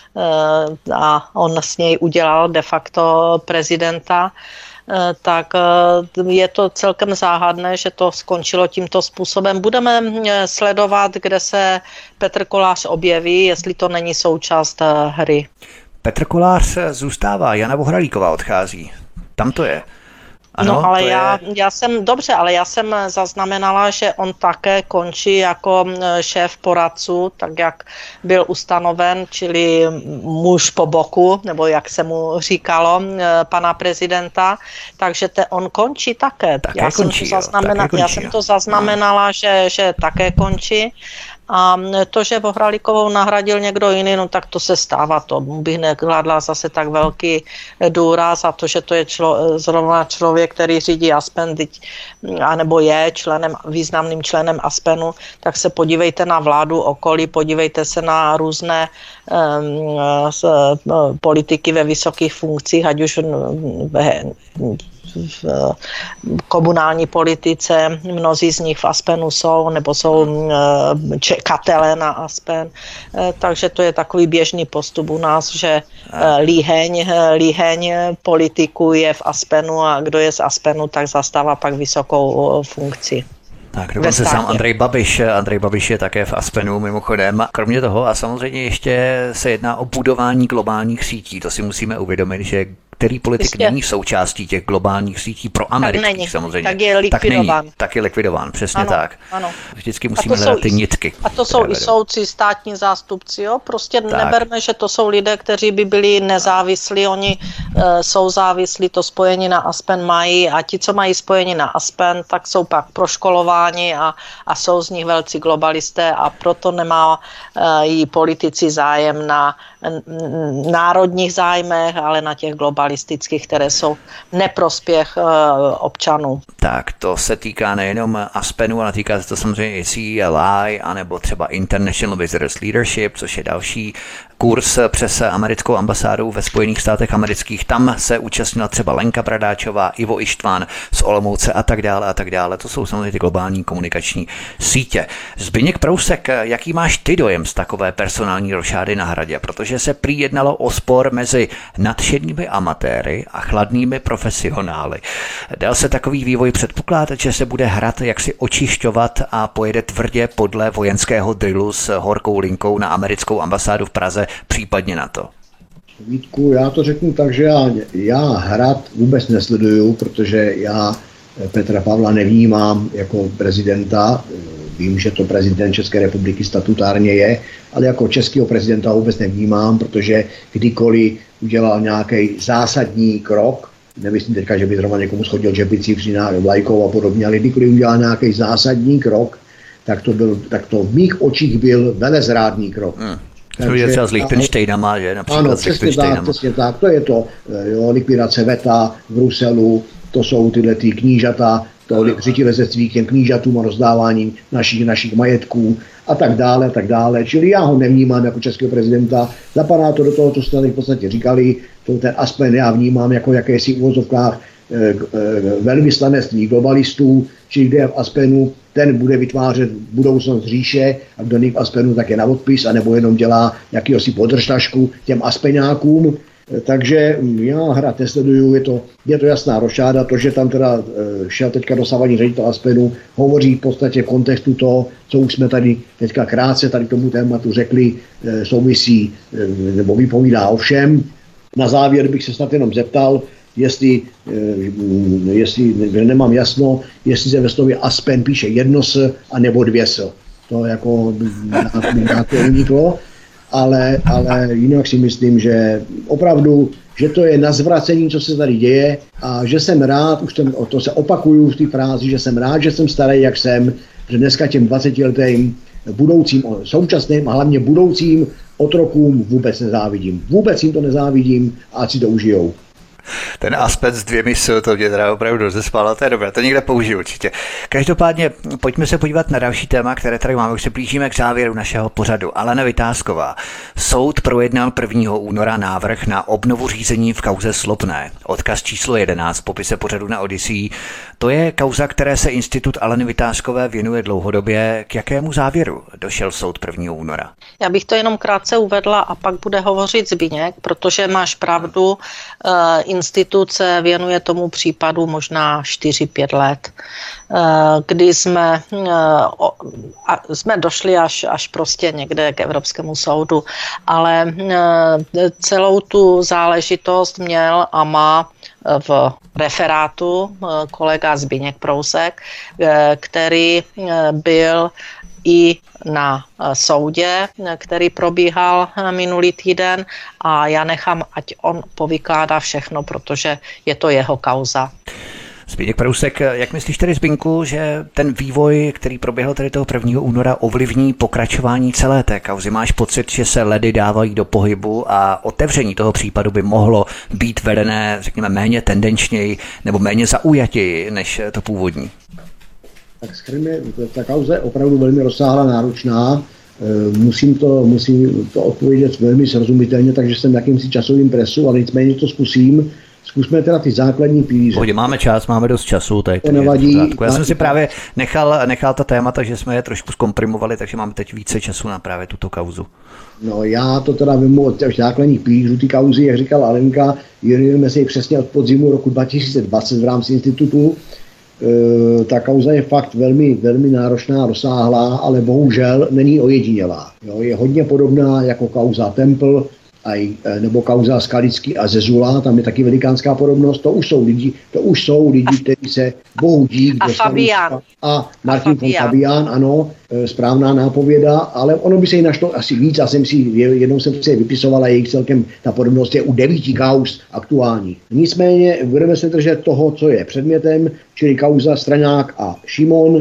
S2: a on s něj udělal de facto prezidenta, tak je to celkem záhadné, že to skončilo tímto způsobem. Budeme sledovat, kde se Petr Kolář objeví, jestli to není součást hry.
S1: Petr Kolář zůstává, Jana Vohralíková odchází. Tam to je. Ano,
S2: no ale
S1: je...
S2: já, já jsem, dobře, ale já jsem zaznamenala, že on také končí jako šéf poradců, tak jak byl ustanoven, čili muž po boku, nebo jak se mu říkalo, pana prezidenta, takže te, on končí také.
S1: také
S2: já,
S1: končí,
S2: jsem to zaznamena,
S1: také končí,
S2: já jsem to zaznamenala, že, že také končí. A to, že Vohralíkovou nahradil někdo jiný, no tak to se stává, to bych nekladla zase tak velký důraz a to, že to je člo, zrovna člověk, který řídí Aspen, anebo je členem, významným členem Aspenu, tak se podívejte na vládu okolí, podívejte se na různé um, s, no, politiky ve vysokých funkcích, ať už ve, v komunální politice, mnozí z nich v Aspenu jsou, nebo jsou čekatelé na Aspen, takže to je takový běžný postup u nás, že líheň, líheň politiků je v Aspenu a kdo je z Aspenu, tak zastává pak vysokou funkci.
S1: Tak dokonce sám Andrej Babiš. Andrej Babiš je také v Aspenu mimochodem. Kromě toho a samozřejmě ještě se jedná o budování globálních sítí. To si musíme uvědomit, že který politik Jistě. není součástí těch globálních sítí pro amerických samozřejmě.
S2: Tak je likvidován.
S1: Tak, není, tak je likvidován, přesně
S2: ano,
S1: tak.
S2: Ano.
S1: Vždycky musíme hledat ty nitky.
S2: A to jsou i soudci, státní zástupci, jo? Prostě tak. Neberme, že to jsou lidé, kteří by byli nezávislí, oni uh, jsou závislí, to spojení na Aspen mají a ti, co mají spojení na Aspen, tak jsou pak proškolováni a, a jsou z nich velcí globalisté a proto nemá uh, jí politici zájem na n- národních zájmech, ale na těch globalistických, které jsou neprospěch uh, občanů.
S1: Tak to se týká nejenom Aspenu, ale týká se to samozřejmě i C L I, anebo třeba International Visitors Leadership, což je další kurz přes americkou ambasádu ve Spojených státech amerických. Tam se účastnila třeba Lenka Bradáčová, Ivo Ištván z Olomouce a tak dále a tak dále. To jsou samozřejmě ty globální komunikační sítě. Zbyněk Prousek, jaký máš ty dojem z takové personální rošády na hradě? Protože se prý jednalo o spor mezi nadšenými amatéry a chladnými profesionály. Dal se takový vývoj předpokládat, že se bude hrad jaksi očišťovat a pojede tvrdě podle vojenského drillu s horkou linkou na americkou ambasádu v Praze, případně na to?
S3: Vítku, já to řeknu tak, že já, já hrad vůbec nesleduju, protože já Petra Pavla nevnímám jako prezidenta. Vím, že to prezident České republiky statutárně je, ale jako českého prezidenta vůbec nevnímám, protože kdykoliv udělal nějaký zásadní krok, nemyslím teďka, že by zrovna někomu schodil žepicí při vlajkou a podobně, ale kdykoliv udělal nějaký zásadní krok, tak to, byl, tak to v mých očích byl velezrádný krok. Hmm.
S1: Takže třeba s Lichtenštejnama, že? Například
S3: ano,
S1: s Lichtenštejnama.
S3: Tak, přesně tak, to je to, jo, likvidace veta v Bruselu, to jsou tyhle ty knížata, to přitilezectví k těm knížatům a rozdáváním našich, našich majetků a tak dále, tak dále. Čili já ho nevnímám jako českého prezidenta. Zapadá to do toho, co jste v podstatě říkali, to ten Aspen já vnímám jako jakési v uvozovkách velvyslanectví globalistů, čili kde v Aspenu ten bude vytvářet budoucnost říše a kdo není v Aspenu, tak je na odpis, anebo jenom dělá jakýhosi podržtašku těm Aspeňákům. Takže já hrad nesleduju, je to, je to jasná rošáda, to, že tam teda šel teďka dosavadní ředitel Aspenu, hovoří v podstatě v kontextu toho, co už jsme tady teďka krátce tady tomu tématu řekli, souvisí nebo vypovídá o všem. Na závěr bych se snad jenom zeptal, jestli, jestli nemám jasno, jestli se ve slově Aspen píše jedno s a nebo dvě s. To jako nějaké uniklo. Ale, ale jinak si myslím, že opravdu, že to je na zvracení, co se tady děje a že jsem rád, už jsem, to se opakuju v té frázi, že jsem rád, že jsem starý, jak jsem, že dneska těm dvacetiletým budoucím, současným a hlavně budoucím otrokům vůbec nezávidím. Vůbec jim to nezávidím a ať si to užijou.
S1: Ten aspekt s dvěmi s, to mě teda opravdu rozespalo, to je dobré, to někde použiju určitě. Každopádně pojďme se podívat na další téma, které tady máme, už se blížíme k závěru našeho pořadu. Alena Vitásková. Soud projednal prvního února návrh na obnovu řízení v kauze Slopné. Odkaz číslo jedenáct v popise pořadu na Odyssey. To je kauza, které se institut Aleny Vitáskové věnuje dlouhodobě. K jakému závěru došel soud prvního února?
S2: Já bych to jenom krátce uvedla a pak bude hovořit Zbyněk, protože máš pravdu, instituce věnuje tomu případu možná čtyři pět let, kdy jsme, jsme došli až, až prostě někde k Evropskému soudu, ale celou tu záležitost měl a má v referátu kolega Zbyněk Prousek, který byl i na soudě, který probíhal minulý týden a já nechám, ať on povykládá všechno, protože je to jeho kauza.
S1: Zbyněk Prousek, jak myslíš tedy, Zbyňku, že ten vývoj, který proběhl tady toho prvního února, ovlivní pokračování celé té kauzy? Máš pocit, že se ledy dávají do pohybu a otevření toho případu by mohlo být vedené, řekněme, méně tendenčněji nebo méně zaujatěji než to původní?
S3: Tak schrně, ta kauza je opravdu velmi rozsáhlá, náročná. Musím to, musím to odpovědět velmi srozumitelně, takže jsem jakýmsi časovým presu, ale nicméně to zkusím. Zkusme teda ty základní pilíře.
S1: Pohodě, máme čas, máme dost času. Tak
S3: to nevadí.
S1: Já jsem si právě nechal, nechal ta témata, že jsme je trošku zkomprimovali, takže máme teď více času na právě tuto kauzu.
S3: No já to teda vemu od těch základních pilířů ty kauzy, jak říkala Alenka, věnujeme se ji přesně od podzimu roku dva tisíce dvacet v rámci institutu. E, ta kauza je fakt velmi, velmi náročná, rozsáhlá, ale bohužel není ojedinělá. Jo, je hodně podobná jako kauza Temple, aj, nebo kauza Skalický a Zezula, tam je taky velikánská podobnost. To už jsou lidi, to už jsou lidi, kteří se bohu dík
S2: a Fabián.
S3: A Martin von Fabián, ano, správná nápověda, ale ono by se jí našlo asi víc. Já jsem si, jednou jsem si je vypisovala, jejich celkem, ta podobnost je u devíti kauz aktuální. Nicméně budeme se držet toho, co je předmětem, čili kauza Straňák a Šimon,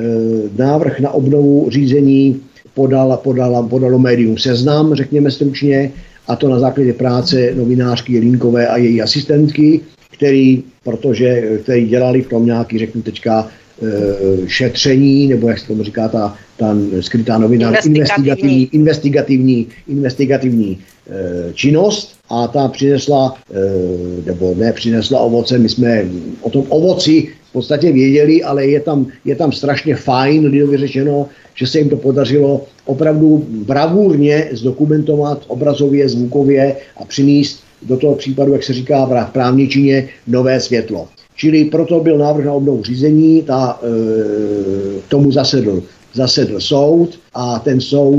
S3: návrh na obnovu řízení podala, podala, podalo médium Seznam, řekněme stručně, a to na základě práce novinářky Jelínkové a její asistentky, který, protože, který dělali v tom nějaký, řeknu teďka, e, šetření, nebo jak se tomu říká ta, ta skrytá novinář, investigativní, investigativní, investigativní e, činnost, a ta přinesla, e, nebo ne přinesla ovoce, my jsme o tom ovoci v podstatě věděli, ale je tam, je tam strašně fajn, lidově řečeno, že se jim to podařilo opravdu bravurně zdokumentovat obrazově, zvukově a přinést do toho případu, jak se říká v právničině, nové světlo. Čili proto byl návrh na obnovu řízení, ta, e, tomu zasedl, zasedl soud a ten soud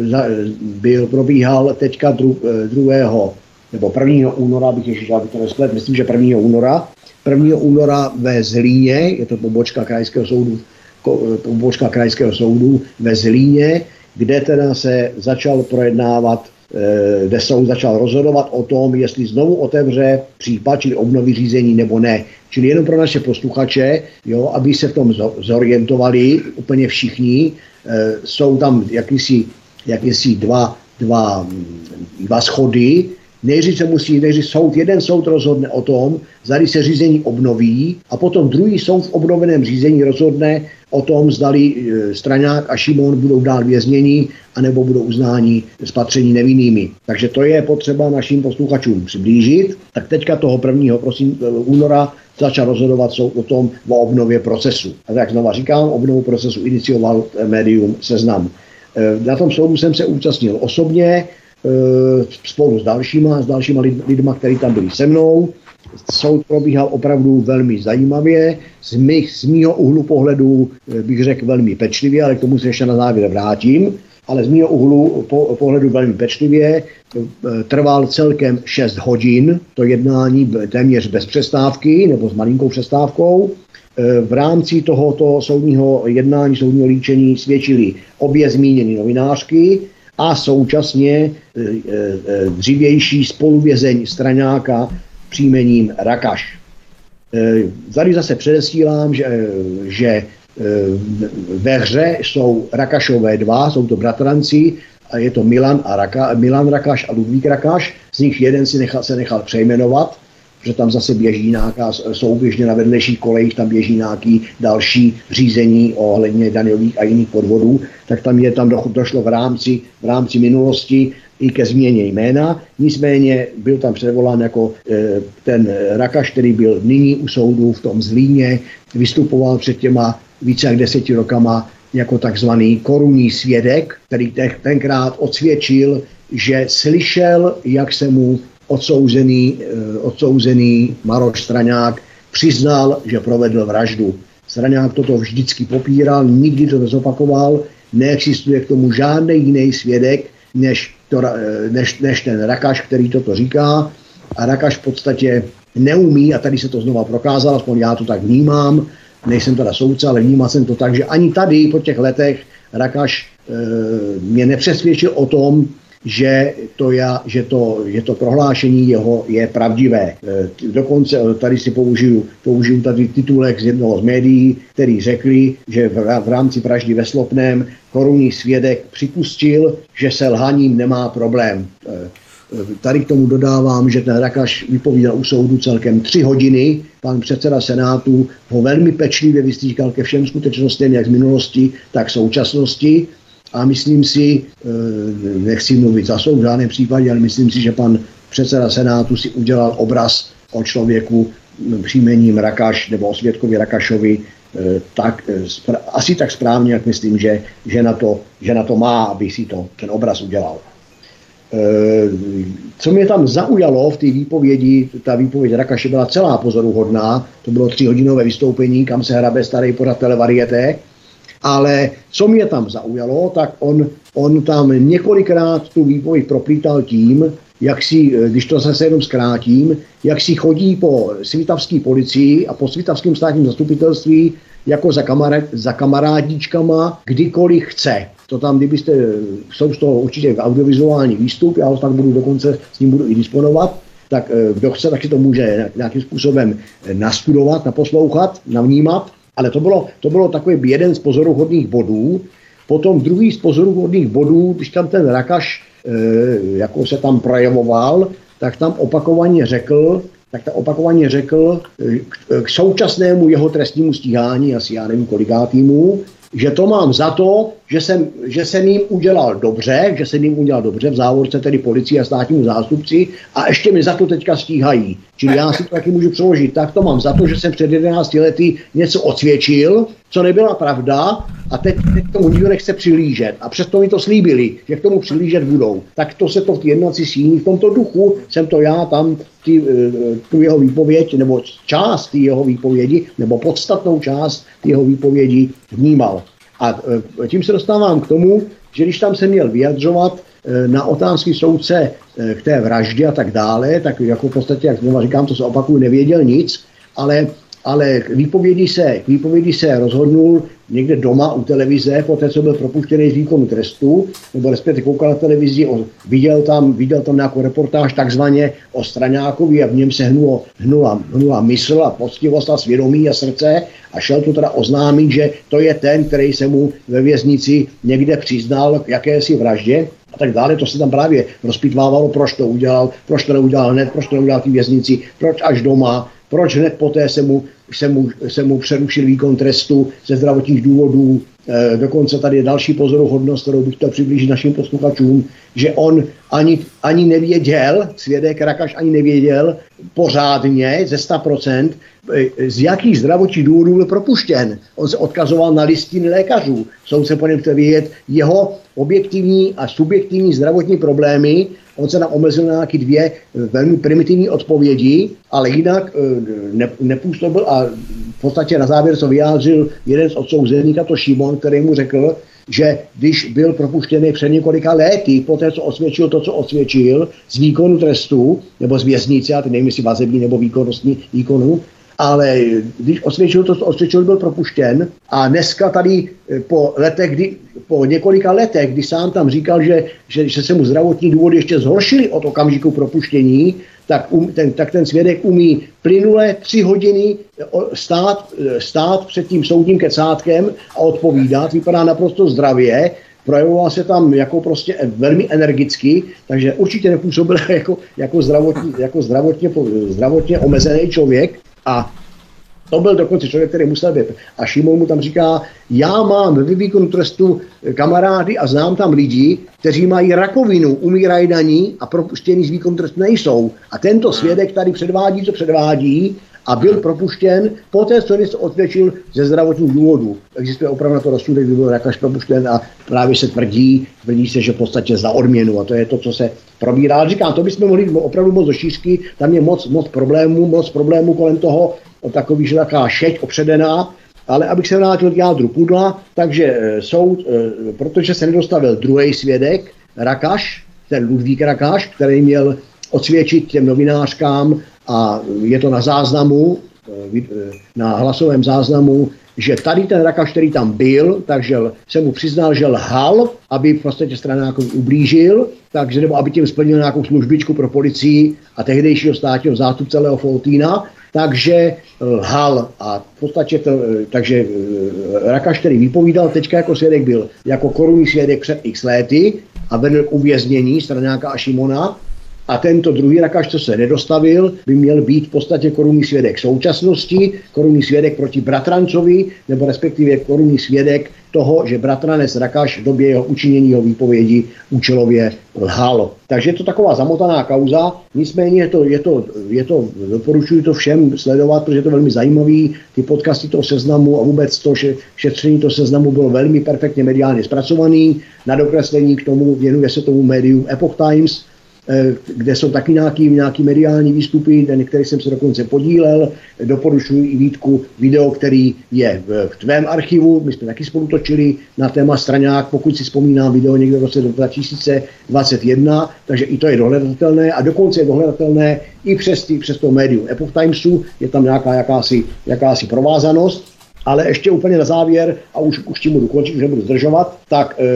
S3: byl, probíhal teďka druhého nebo prvního února, bych ještě žádný to nesplet, myslím, že prvního února. prvního února ve Zlíně, je to pobočka krajského soudu, pobočka krajského soudu ve Zlíně, kde teda se začal projednávat, kde soud začal rozhodovat o tom, jestli znovu otevře případ, čili obnoví řízení nebo ne. Čili jenom pro naše posluchače, jo, aby se v tom zorientovali úplně všichni, jsou tam jakýsi, jakýsi dva dva, dva schody. Nejdřív se musí, nejdřív soud, jeden soud rozhodne o tom, zdali se řízení obnoví a potom druhý soud v obnoveném řízení rozhodne o tom, zdali Straňák a Šimon budou dál vězněni anebo budou uznáni spatření nevinnými. Takže to je potřeba našim posluchačům přiblížit. Tak teďka toho prvního prosím, února začal rozhodovat soud o tom o obnově procesu. A tak znova říkám, obnovu procesu inicioval médium Seznam. Na tom soudu jsem se účastnil osobně, spolu s dalšíma, s dalšíma lidma, kteří tam byli se mnou. Soud probíhal opravdu velmi zajímavě, z, mých, z mýho úhlu pohledu bych řekl velmi pečlivě, ale k tomu se ještě na závěr vrátím, ale z mýho úhlu po, pohledu velmi pečlivě. Trval celkem šest hodin, to jednání téměř bez přestávky, nebo s malinkou přestávkou. V rámci tohoto soudního jednání, soudního líčení svědčili obě zmíněné novinářky a současně dřívější spoluvězeň Straňáka příjmením Rakaš. Tady zase předesílám, že, že ve hře jsou Rakašové dva, jsou to bratranci, a je to Milan, a Raka, Milan Rakaš a Ludvík Rakaš, z nich jeden si nechal, se nechal přejmenovat, že tam zase běží nějaká, souběžně na vedlejších kolejích, tam běží nějaký další řízení ohledně daňových a jiných podvodů, tak tam je tam do, došlo v rámci, v rámci minulosti i ke změně jména. Nicméně byl tam předvolán jako e, ten Rakaš, který byl nyní u soudu v tom Zlíně, vystupoval před těma více jak deseti rokama jako takzvaný korunní svědek, který tenkrát odsvědčil, že slyšel, jak se mu odsouzený, odsouzený Maroš Straňák přiznal, že provedl vraždu. Straňák toto vždycky popíral, nikdy to nezopakoval, neexistuje k tomu žádný jiný svědek, než, to, než, než ten Rakaš, který toto říká. A Rakaš v podstatě neumí, a tady se to znova prokázalo, aspoň já to tak vnímám, nejsem teda soudce, ale vnímal jsem to tak, že ani tady po těch letech Rakaš e, mě nepřesvědčil o tom, že to, já, že, to, že to prohlášení jeho je pravdivé. E, dokonce tady si použiju, použiju tady titulek z jednoho z médií, který řekli, že v, v rámci vraždy ve Slopném korunní svědek připustil, že se lhaním nemá problém. E, Tady k tomu dodávám, že ten Rakaš vypovídal u soudu celkem tři hodiny. Pan předseda Senátu ho velmi pečlivě vystříkal ke všem skutečnostem, jak z minulosti, tak v současnosti. A myslím si, nechci mluvit za soud v žádném případě, ale myslím si, že pan předseda Senátu si udělal obraz o člověku příjmením Rakaš nebo o svědkovi Rakašovi tak, asi tak správně, jak myslím, že, že, na to, že na to má, aby si to, ten obraz udělal. Co mě tam zaujalo v té výpovědi, ta výpověď Rakaše byla celá pozoruhodná, to bylo tříhodinové vystoupení, kam se hrabe starý pořad Televarieté, ale co mě tam zaujalo, tak on, on tam několikrát tu výpověď proplítal tím, jak si, když to zase jenom zkrátím, jak si chodí po svitavské policii a po svitavském státním zastupitelství jako za, kamarad, za kamarádíčkama, kdykoliv chce. To tam, kdybyste, jsou z toho určitě audiovizuální výstup, já ho tak budu dokonce, s ním budu i disponovat, tak kdo chce, tak si to může nějakým způsobem nastudovat, naposlouchat, navnímat, ale to bylo, to bylo takový jeden z pozoruhodných bodů. Potom druhý z pozoruhodných bodů, když tam ten Rakaš e, jako se tam projevoval, tak tam opakovaně řekl, tak ta opakovaně řekl k, k současnému jeho trestnímu stíhání, asi já nevím kolikátýmu, že to mám za to, že jsem, že jsem jim udělal dobře, že jsem jim udělal dobře v závorce tedy policii a státnímu zástupci a ještě mi za to teďka stíhají. Čili já si to taky můžu přeložit. Tak to mám za to, že jsem před jedenácti lety něco odsvědčil, co nebyla pravda a teď, teď k tomu nikdo nechce přilížet. A přesto mi to slíbili, že k tomu přilížet budou. Tak to se to v té jednací síni, v tomto duchu jsem to já tam ty, tu jeho výpověď, nebo část té jeho výpovědi, nebo podstatnou část jeho výpovědi vnímal. A tím se dostávám k tomu, že když tam se měl vyjadřovat na otázky soudce k té vraždě a tak dále, tak jako v podstatě, jak znovu říkám, to se opakuju, nevěděl nic, ale, ale k výpovědi se, k výpovědi se rozhodnul někde doma u televize, poté co byl propuštěný z výkonu trestu, nebo respektive koukal na televizi, on viděl tam, viděl tam nějakou reportáž takzvaně o Straňákovi a v něm se hnulo, hnula, hnula mysl a poctivost a svědomí a srdce a šel to teda oznámit, že to je ten, který se mu ve věznici někde přiznal k jakési vraždě a tak dále. To se tam právě rozpitvávalo, proč to udělal, proč to neudělal hned, proč to neudělal v té věznici, proč až doma, proč hned poté se mu, se mu, se mu přerušil výkon trestu ze zdravotních důvodů. E, dokonce tady je další pozoruhodnost, kterou bych chtěl přiblížit našim posluchačům, že on ani, ani nevěděl, svědek Rakaš ani nevěděl pořádně ze sto procent, z jakých zdravotních důvodů byl propuštěn. On se odkazoval na listiny lékařů. Soudce po něm chtěl vědět jeho objektivní a subjektivní zdravotní problémy. On se nám omezil na nějaké dvě velmi primitivní odpovědi, ale jinak ne, nepůsobil a v podstatě na závěr se vyjádřil jeden z odsouzených, a to Šimon, který mu řekl, že když byl propuštěný před několika lety, poté co osvědčil to, co osvědčil z výkonu trestu, nebo z věznice, já teď nevím, jestli vazební nebo výkonnostní výkonu, ale když osvědčil to, co osvědčil, byl propuštěn a dneska tady po letech, kdy, po několika letech, kdy sám tam říkal, že, že, že se mu zdravotní důvody ještě zhoršily od okamžiku propuštění, tak, um, ten, tak ten svědek umí plynule tři hodiny stát, stát před tím soudním kecátkem a odpovídat, vypadá naprosto zdravě, projevoval se tam jako prostě velmi energicky, takže určitě nepůsobil jako, jako, zdravotní, jako zdravotně, zdravotně omezený člověk. A to byl dokonce člověk, který musel být. A Šimon mu tam říká, já mám ve výkonu trestu kamarády a znám tam lidi, kteří mají rakovinu, umírají na ní a propuštění z výkonu trestu nejsou. A tento svědek tady předvádí, co předvádí a byl propuštěn poté, co něco osvědčil ze zdravotních důvodů. Existuje opravdu na to rozsudek, kdy byl Rakaš propuštěn a právě se tvrdí, tvrdí se, že v podstatě za odměnu a to je to, co se probírá. Ale říkám, to bychom mohli opravdu moc do šířky, tam je moc, moc problémů, moc problémů kolem toho, takový, že taková šeť opředená, ale abych se vrátil k jádru pudla, takže soud, protože se nedostavil druhý svědek, Rakaš, ten Ludvík Rakaš, který měl odsvědčit těm novinářkám a je to na záznamu, na hlasovém záznamu, že tady ten Rakaš, který tam byl, takže se mu přiznal, že lhal, aby v podstatě Straňákovi ublížil, takže nebo aby tím splnil nějakou službičku pro policii a tehdejšího státního zástupce Leo Foltýna, takže lhal a v podstatě to, takže Rakaš, který vypovídal teďka jako svědek, byl jako korunní svědek před x léty a vedl k uvěznění Straňáka a Šimona. A tento druhý Rakaš, co se nedostavil, by měl být v podstatě korunní svědek současnosti, korunní svědek proti bratrancovi, nebo respektive korunní svědek toho, že bratranec Rakaš v době jeho učinění jeho výpovědi účelově lhal. Takže je to taková zamotaná kauza, nicméně je to, je to, je to, doporučuji to všem sledovat, protože je to velmi zajímavý, ty podcasty toho Seznamu a vůbec to šetření toho Seznamu bylo velmi perfektně mediálně zpracovaný, na dokreslení k tomu věnuje se tomu médium Epoch Times, kde jsou taky nějaký, nějaký mediální výstupy, na některých jsem se dokonce podílel. Doporučuji i Vítku video, který je v tvém archivu. My jsme taky spolu točili na téma Straňák, pokud si vzpomínám, video někde v roce dva tisíce dvacet jedna, takže i to je dohledatelné a dokonce je dohledatelné i přes, tý, přes to médium Epoch Timesu, je tam nějaká jakási, jakási provázanost. Ale ještě úplně na závěr, a už, už tím budu končit, už nebudu zdržovat, tak e,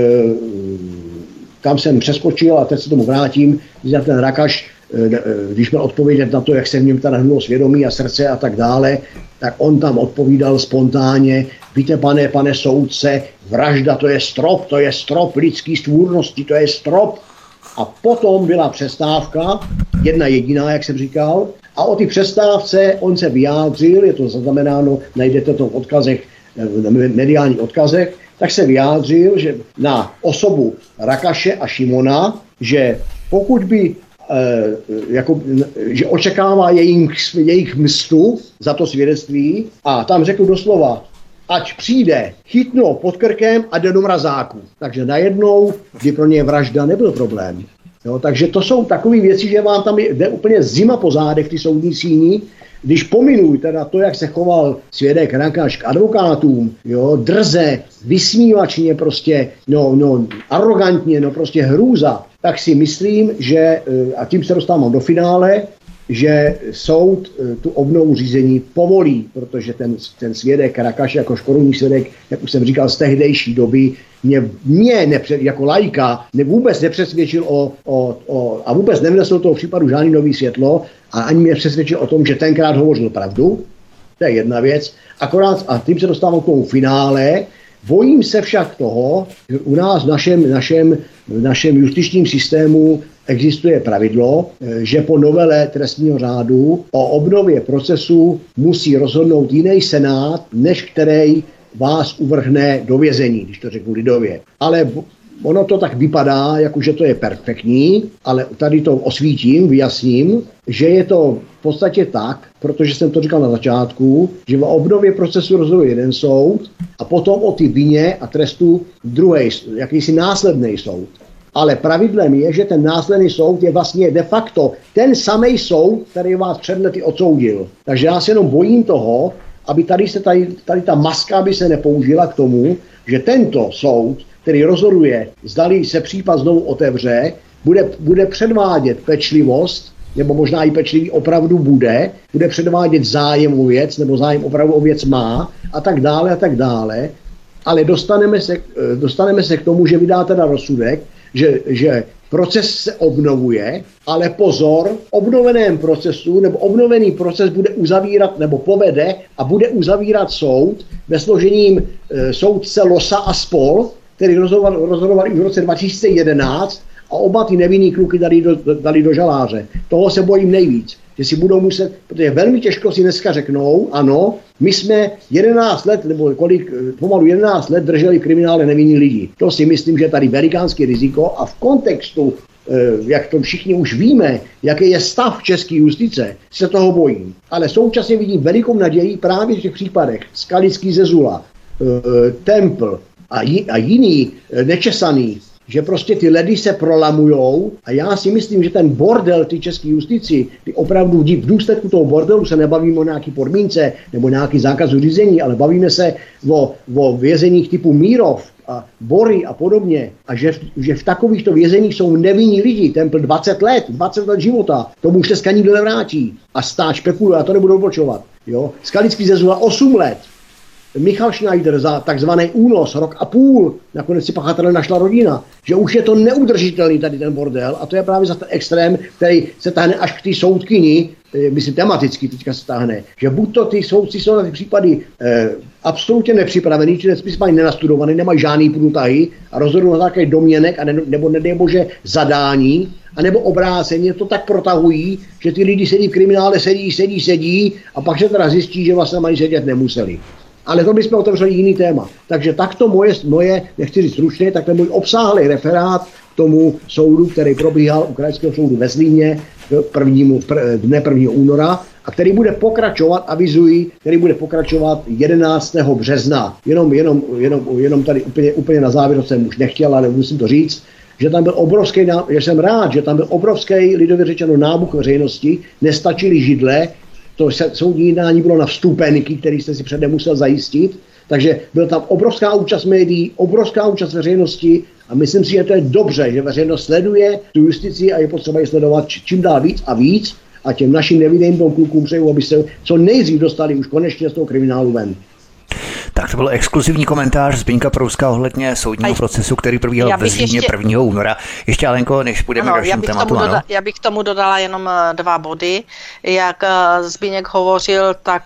S3: kam jsem přeskočil a teď se tomu vrátím, že ten Rakaš, když měl odpovědět na to, jak se v něm teda hnulo svědomí a srdce a tak dále, tak on tam odpovídal spontánně, víte, pane, pane soudce, vražda to je strop, to je strop lidský stvůrnosti, to je strop. A potom byla přestávka, jedna jediná, jak jsem říkal, a o ty přestávce on se vyjádřil, je to zaznamenáno, najdete to v odkazech, v mediálních odkazech, tak se vyjádřil, že na osobu Rakaše a Šimona, že pokud by, e, jako, že očekává jejich, jejich mstu za to svědectví a tam řekl doslova, ať přijde, chytnou pod krkem a jde do mrazáku. Takže najednou, kdy pro ně vražda nebyl problém. Jo, takže to jsou takové věci, že vám tam jde úplně zima po zádech ty soudní síni. Když pominu teda to, jak se choval svědek Rakaš k advokátům, jo, drze, vysmívačně prostě, no, no, arrogantně, no prostě hrůza, tak si myslím, že, a tím se dostávám do finále, že soud tu obnovu řízení povolí, protože ten, ten svědek Rakaš jako škodový svědek, jak už jsem říkal, z tehdejší doby mě, mě nepřed, jako laika ne, vůbec nepřesvědčil o, o, o, a vůbec nevnesl toho případu žádný nový světlo a ani mě přesvědčil o tom, že tenkrát hovořil pravdu. To je jedna věc. Akorát, a tím se dostávám k tomu finále, bojím se však toho, že u nás v našem, našem, v našem justičním systému existuje pravidlo, že po novele trestního řádu o obnově procesu musí rozhodnout jiný senát, než který vás uvrhne do vězení, když to řeknu lidově. Ale ono to tak vypadá, jako že to je perfektní, ale tady to osvítím, vyjasním, že je to v podstatě tak, protože jsem to říkal na začátku, že o obnově procesu rozhoduje jeden soud a potom o ty vině a trestu druhý, jakýsi následný soud. Ale pravidlem je, že ten následný soud je vlastně de facto ten samý soud, který vás před lety odsoudil. Takže já se jenom bojím toho, aby tady, se tady, tady ta maska by se nepoužila k tomu, že tento soud, který rozhoduje, zdali se případ znovu otevře, bude, bude předvádět pečlivost, nebo možná i pečlivý opravdu bude, bude předvádět zájem o věc, nebo zájem opravdu o věc má, a tak dále, a tak dále. Ale dostaneme se, dostaneme se k tomu, že vydá teda rozsudek, že, že proces se obnovuje, ale pozor, v obnoveném procesu nebo obnovený proces bude uzavírat nebo povede a bude uzavírat soud ve složením e, soudce Losa a spol, který rozhodoval, rozhodoval už v roce dva tisíce jedenáct a oba ty nevinný kluky dali do, dali do žaláře. Toho se bojím nejvíc, že si budou muset, protože velmi těžko si dneska řeknou, ano, my jsme jedenáct let, nebo kolik, pomalu jedenáct let drželi kriminále nevinní lidi. To si myslím, že je tady velikánský riziko a v kontextu, jak to všichni už víme, jaký je stav české justice, se toho bojím. Ale současně vidím velikou naději právě v těch případech Skalický, Zezula, Templ a, a jiný nečesaný, že prostě ty ledy se prolamujou a já si myslím, že ten bordel ty české justici, ty opravdu v důsledku toho bordelu se nebavíme o nějaký podmínce nebo nějaký zákazu řízení, ale bavíme se o, o vězeních typu Mírov a Bory a podobně a že, že v takovýchto vězeních jsou nevinní lidi, Templ dvacet let, dvacet let života, tomu už se dneska nikdo nevrátí a stát špekuluje, a to nebudu odbočovat. Jo? Skalický, Zezula osm let, Michal Schneider za takzvaný únos, rok a půl, nakonec si pachatele našla rodina, že už je to neudržitelný tady ten bordel a to je právě za ten extrém, který se tahne až k té soudkyni, myslím tematicky teďka se tahne, že buď to ty soudci jsou na ty případy eh, absolutně nepřipravený, či spíš mají nenastudovaný, nemají žádný průtahy a rozhodují na základě domněnek a ne, nebo nedej bože zadání, anebo obráceně to tak protahují, že ty lidi sedí v kriminále, sedí, sedí, sedí a pak se teda zjistí, že vlastně ani sedět nemuseli. Ale to bychom otevřeli jiný téma. Takže takto moje, moje nechci říct stručně, takhle můj obsáhlý referát k tomu soudu, který probíhal u Krajského soudu ve Zlíně prvnímu, dne prvního února a který bude pokračovat, avizuji, který bude pokračovat jedenáctého března. Jenom, jenom, jenom, jenom tady úplně, úplně na závěr, to jsem už nechtěl, ale musím to říct, že tam byl obrovský, že jsem rád, že tam byl obrovský, lidově řečeno, nábuch veřejnosti, nestačily židle. To soudní jednání bylo na vstupenky, který jste si předem musel zajistit. Takže byla tam obrovská účast médií, obrovská účast veřejnosti a myslím si, že to je dobře, že veřejnost sleduje tu justici a je potřeba ji sledovat čím dál víc a víc a těm našim nevinným klukům přeju, aby se co nejdřív dostali už konečně z toho kriminálu ven.
S1: Tak to byl exkluzivní komentář Zbyňka Prouska ohledně soudního procesu, který probíhal ve Zlíně ještě... prvního února. Ještě, Alenko, než půjdeme k dalšímu tématu.
S2: Doda- já bych k tomu dodala jenom dva body. Jak Zbyněk hovořil, tak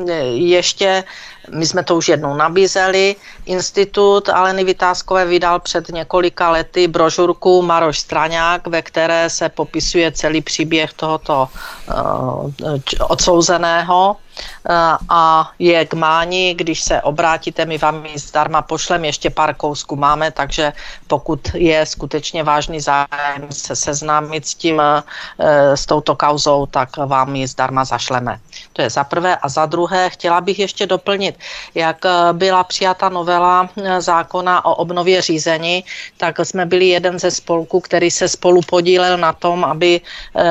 S2: ještě my jsme to už jednou nabízeli. Institut Aleny Vytázkové vydal před několika lety brožurku Maroš Straňák, ve které se popisuje celý příběh tohoto uh, odsouzeného uh, a je k máni, když se obrátíte, my vám ji zdarma pošlem, ještě pár kousků máme, takže pokud je skutečně vážný zájem se seznámit s tím, uh, s touto kauzou, tak vám ji zdarma zašleme. To je za prvé. A za druhé, chtěla bych ještě doplnit, jak byla přijata novela zákona o obnově řízení, tak jsme byli jeden ze spolků, který se spolu podílel na tom, aby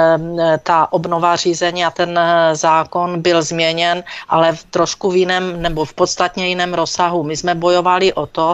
S2: ta obnova řízení a ten zákon byl změněn, ale v trošku v jiném nebo v podstatně jiném rozsahu. My jsme bojovali o to,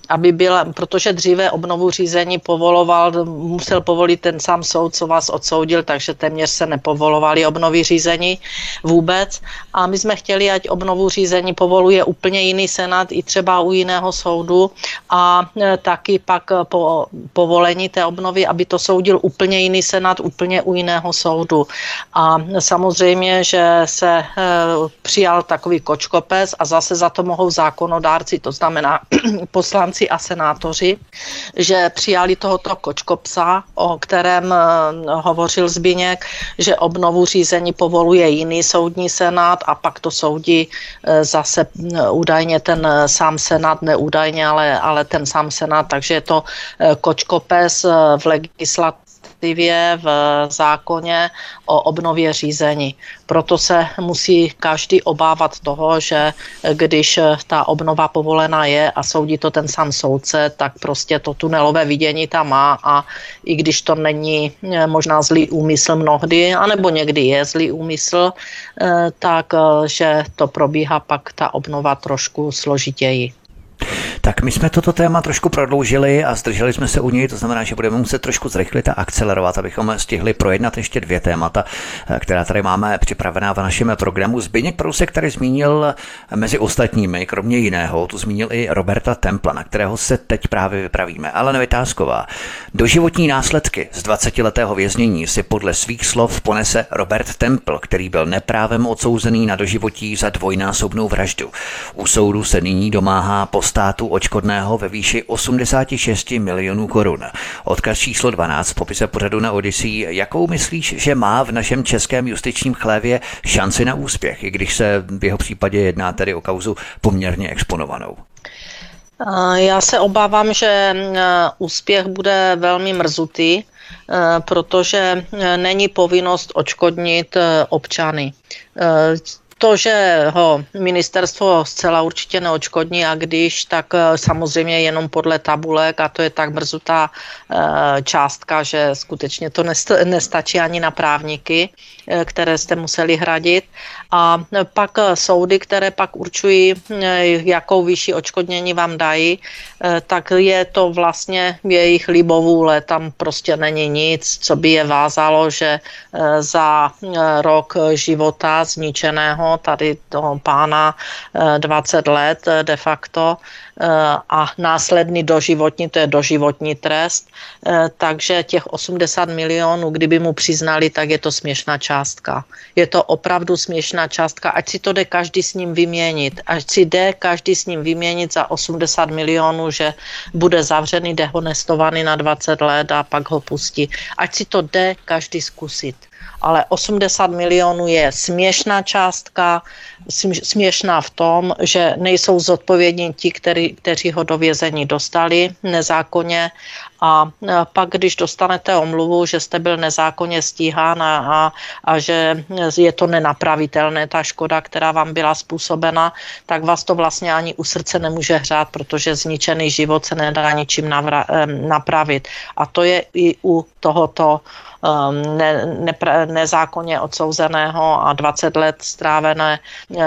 S2: aby byla, protože dříve obnovu řízení povoloval, musel povolit ten sám soud, co vás odsoudil, takže téměř se nepovolovaly obnovy řízení vůbec. A my jsme chtěli, ať obnovu řízení povoluje úplně jiný senát, i třeba u jiného soudu, a taky pak po povolení té obnovy, aby to soudil úplně jiný senát, úplně u jiného soudu. A samozřejmě, že se přijal takový kočkopes a zase za to mohou zákonodárci, to znamená poslanci a senátoři, že přijali tohoto kočkopsa, o kterém hovořil Zbyněk, že obnovu řízení povoluje jiný soudní senát a pak to soudí zase údajně ten sám senát, ne údajně, ale, ale ten sám senát, takže je to kočkopes v legislativě, v zákoně o obnově řízení. Proto se musí každý obávat toho, že když ta obnova povolená je a soudí to ten sám soudce, tak prostě to tunelové vidění tam má, a i když to není možná zlý úmysl mnohdy, anebo někdy je zlý úmysl, tak že to probíhá pak ta obnova trošku složitěji.
S1: Tak my jsme toto téma trošku prodloužili a zdrželi jsme se u něj, to znamená, že budeme muset trošku zrychlit a akcelerovat, abychom stihli projednat ještě dvě témata, která tady máme připravená v našem programu. Zbyněk Prousek tady zmínil mezi ostatními, kromě jiného, tu zmínil i Roberta Templa, na kterého se teď právě vypravíme. Alena Vytázková. Doživotní následky z dvacetiletého věznění si podle svých slov ponese Robert Templ, který byl neprávem odsouzený na doživotí za dvojnásobnou vraždu. U soudu se nyní domáhá po státu odškodného ve výši osmdesát šest milionů korun. Odkaz číslo dvanáct v popise pořadu na Odyssey. Jakou myslíš, že má v našem českém justičním chlévě šanci na úspěch, i když se v jeho případě jedná tedy o kauzu poměrně exponovanou?
S2: Já se obávám, že úspěch bude velmi mrzutý, protože není povinnost odškodnit občany. To, že ho ministerstvo zcela určitě neodškodní, a když, tak samozřejmě jenom podle tabulek, a to je tak mrzutá částka, že skutečně to nestačí ani na právníky, které jste museli hradit. A pak soudy, které pak určují, jakou výši odškodnění vám dají, tak je to vlastně jejich libovůle. Tam prostě není nic, co by je vázalo, že za rok života zničeného tady toho pána dvacet let de facto a následný doživotní, to je doživotní trest, takže těch osmdesát milionů, kdyby mu přiznali, tak je to směšná částka. Je to opravdu směšná částka, ať si to jde každý s ním vyměnit, ať si jde každý s ním vyměnit za osmdesát milionů, že bude zavřený, dehonestovaný na dvacet let a pak ho pustí. Ať si to jde každý zkusit. Ale osmdesát milionů je směšná částka, směšná v tom, že nejsou zodpovědní ti, který, kteří ho do vězení dostali nezákonně, a pak, když dostanete omluvu, že jste byl nezákonně stíhán a, a, a že je to nenapravitelné, ta škoda, která vám byla způsobena, tak vás to vlastně ani u srdce nemůže hřát, protože zničený život se nedá ničím navra, napravit. A to je i u tohoto ne, ne, nezákonně odsouzeného a dvacet let strávené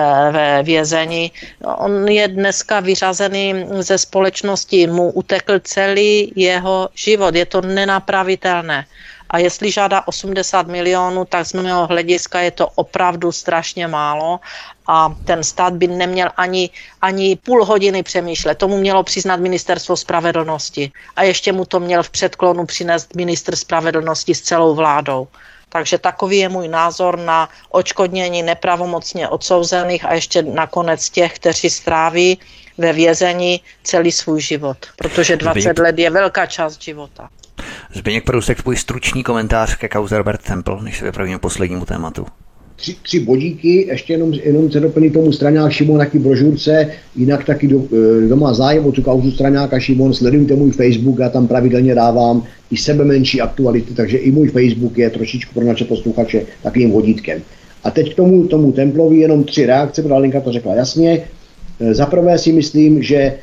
S2: ve vězení. On je dneska vyřazený ze společnosti, mu utekl celý jeho život, je to nenapravitelné. A jestli žádá osmdesát milionů, tak z mého hlediska je to opravdu strašně málo a ten stát by neměl ani, ani půl hodiny přemýšlet. Tomu mělo přiznat ministerstvo spravedlnosti a ještě mu to měl v předklonu přinést ministr spravedlnosti s celou vládou. Takže takový je můj názor na odškodnění nepravomocně odsouzených a ještě nakonec těch, kteří stráví ve vězení celý svůj život, protože dvacet let je velká část života.
S1: Zbyněk Prousek, tvůj stručný komentář ke kauze Robert Templ, než se vypravíme poslednímu tématu.
S3: Tři, tři bodíky, ještě jenom, jenom se doplní tomu Straňák Šimon taky brožurce, jinak taky do, kdo má zájem o tu kauzu Straňáka Šimon, sledujte můj Facebook, já tam pravidelně dávám i sebe menší aktuality, takže i můj Facebook je trošičku pro naše posluchače takovým vodítkem. A teď k tomu, tomu Templovi jenom tři reakce, protože Alenka to řekla jasně. Za prvé si myslím, že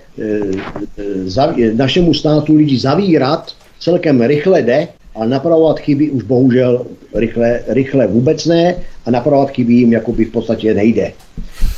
S3: za, našemu státu lidi zavírat celkem rychle jde, ale napravovat chyby už bohužel rychle, rychle vůbec ne a napravovat chyby jim jakoby v podstatě nejde.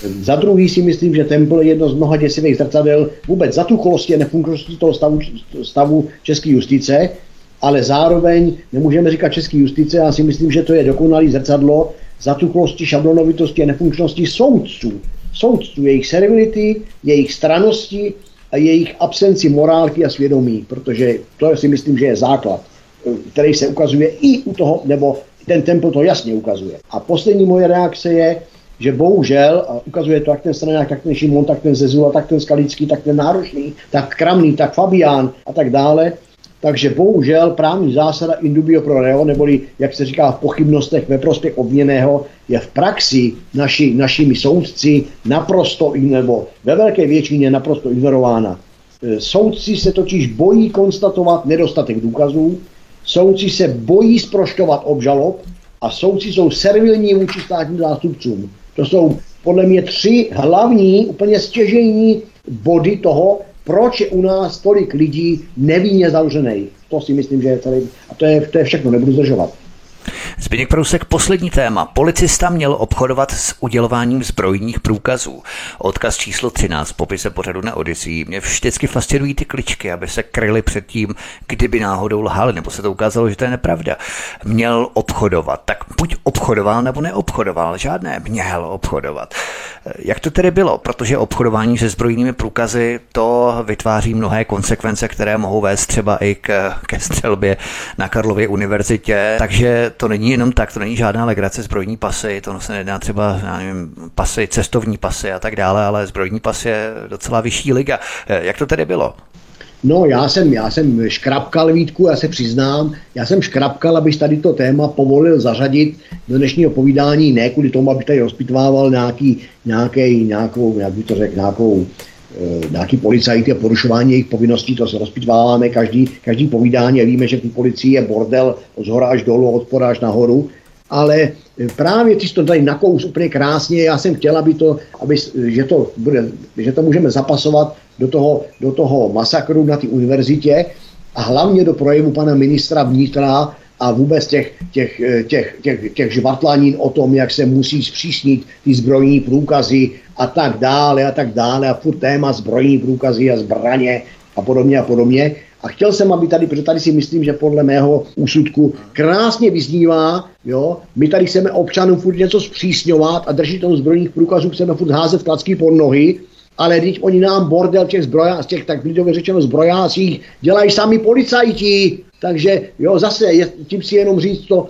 S3: Za druhý si myslím, že Templ je jedno z mnoha děsivých zrcadel vůbec zatuchlosti a nefunkčnosti toho stavu, stavu české justice, ale zároveň nemůžeme říkat české justice, já si myslím, že to je dokonalý zrcadlo zatuchlosti, šablonovitosti a nefunkčnosti soudců. Soudců, jejich servility, jejich stranosti a jejich absenci morálky a svědomí, protože to si myslím, že je základ, který se ukazuje i u toho, nebo ten Templ to jasně ukazuje. A poslední moje reakce je, že bohužel, a ukazuje to jak ten Stranák, tak ten Šimon, tak ten Zezula, tak ten Skalický, tak ten Náročný, tak Kramný, tak Fabián a tak dále, takže bohužel právní zásada in dubio pro reo, neboli, jak se říká, v pochybnostech ve prospěch obviněného, je v praxi naši, našimi soudci naprosto, nebo ve velké většině naprosto ignorována. Soudci se totiž bojí konstatovat nedostatek důkazů, soudci se bojí zprošťovat obžalob a soudci jsou servilní vůči státním zástupcům. To jsou podle mě tři hlavní, úplně stěžejní body toho, proč je u nás tolik lidí nevinně zavřených. To si myslím, že je celý. A to je, to je všechno, nebudu zdržovat.
S1: Zbyněk Prousek, poslední téma. Policista měl obchodovat s udělováním zbrojních průkazů. Odkaz číslo třináct v popise pořadu na Odyssey. Mě vždycky fascinují ty kličky, aby se kryly před tím, kdyby náhodou lhali, nebo se to ukázalo, že to je nepravda. Měl obchodovat. Tak buď obchodoval, nebo neobchodoval. Žádné měl obchodovat. Jak to tedy bylo? Protože obchodování se zbrojnými průkazy to vytváří mnohé konsekvence, které mohou vést třeba i k, ke střelbě na Karlově univerzitě. Takže to není jenom tak, to není žádná legrace, zbrojní pasy, to se nedá třeba, já nevím, pasy, cestovní pasy a tak dále, ale zbrojní pas je docela vyšší liga. Jak to tedy bylo?
S3: No, já jsem, já jsem škrapkal, Vítku, já se přiznám, já jsem škrapkal, abych tady to téma povolil zařadit do dnešního povídání, ne kvůli tomu, abych tady rozpitvával nějaký, nějaký, nějakou, jak bych to řekl, nějakou, e, nějaký policajty a porušování jejich povinností, to se rozpitváváme každý, každý povídání a víme, že v policii je bordel od zhora až dolů, od spoda až nahoru, ale právě ty jsi to tady nakous úplně krásně, já jsem chtěl, aby to, aby, že, to bude, že to můžeme zapasovat do toho, do toho masakru na té univerzitě a hlavně do projevu pana ministra vnitra a vůbec těch, těch, těch, těch, těch žvatlanin o tom, jak se musí zpřísnit ty zbrojní průkazy a tak dále a tak dále a furt téma zbrojní průkazy a zbraně a podobně a podobně. A chtěl jsem, aby tady, protože tady si myslím, že podle mého úsudku krásně vyznívá, jo, my tady chceme občanům furt něco zpřísňovat a držitelům zbrojních průkazů chceme furt házet klacky pod nohy, ale když oni nám bordel těch zbrojá, z těch tak lidově řečeno zbrojácích dělají sami policajti. Takže jo, zase, je, tím si jenom říct to,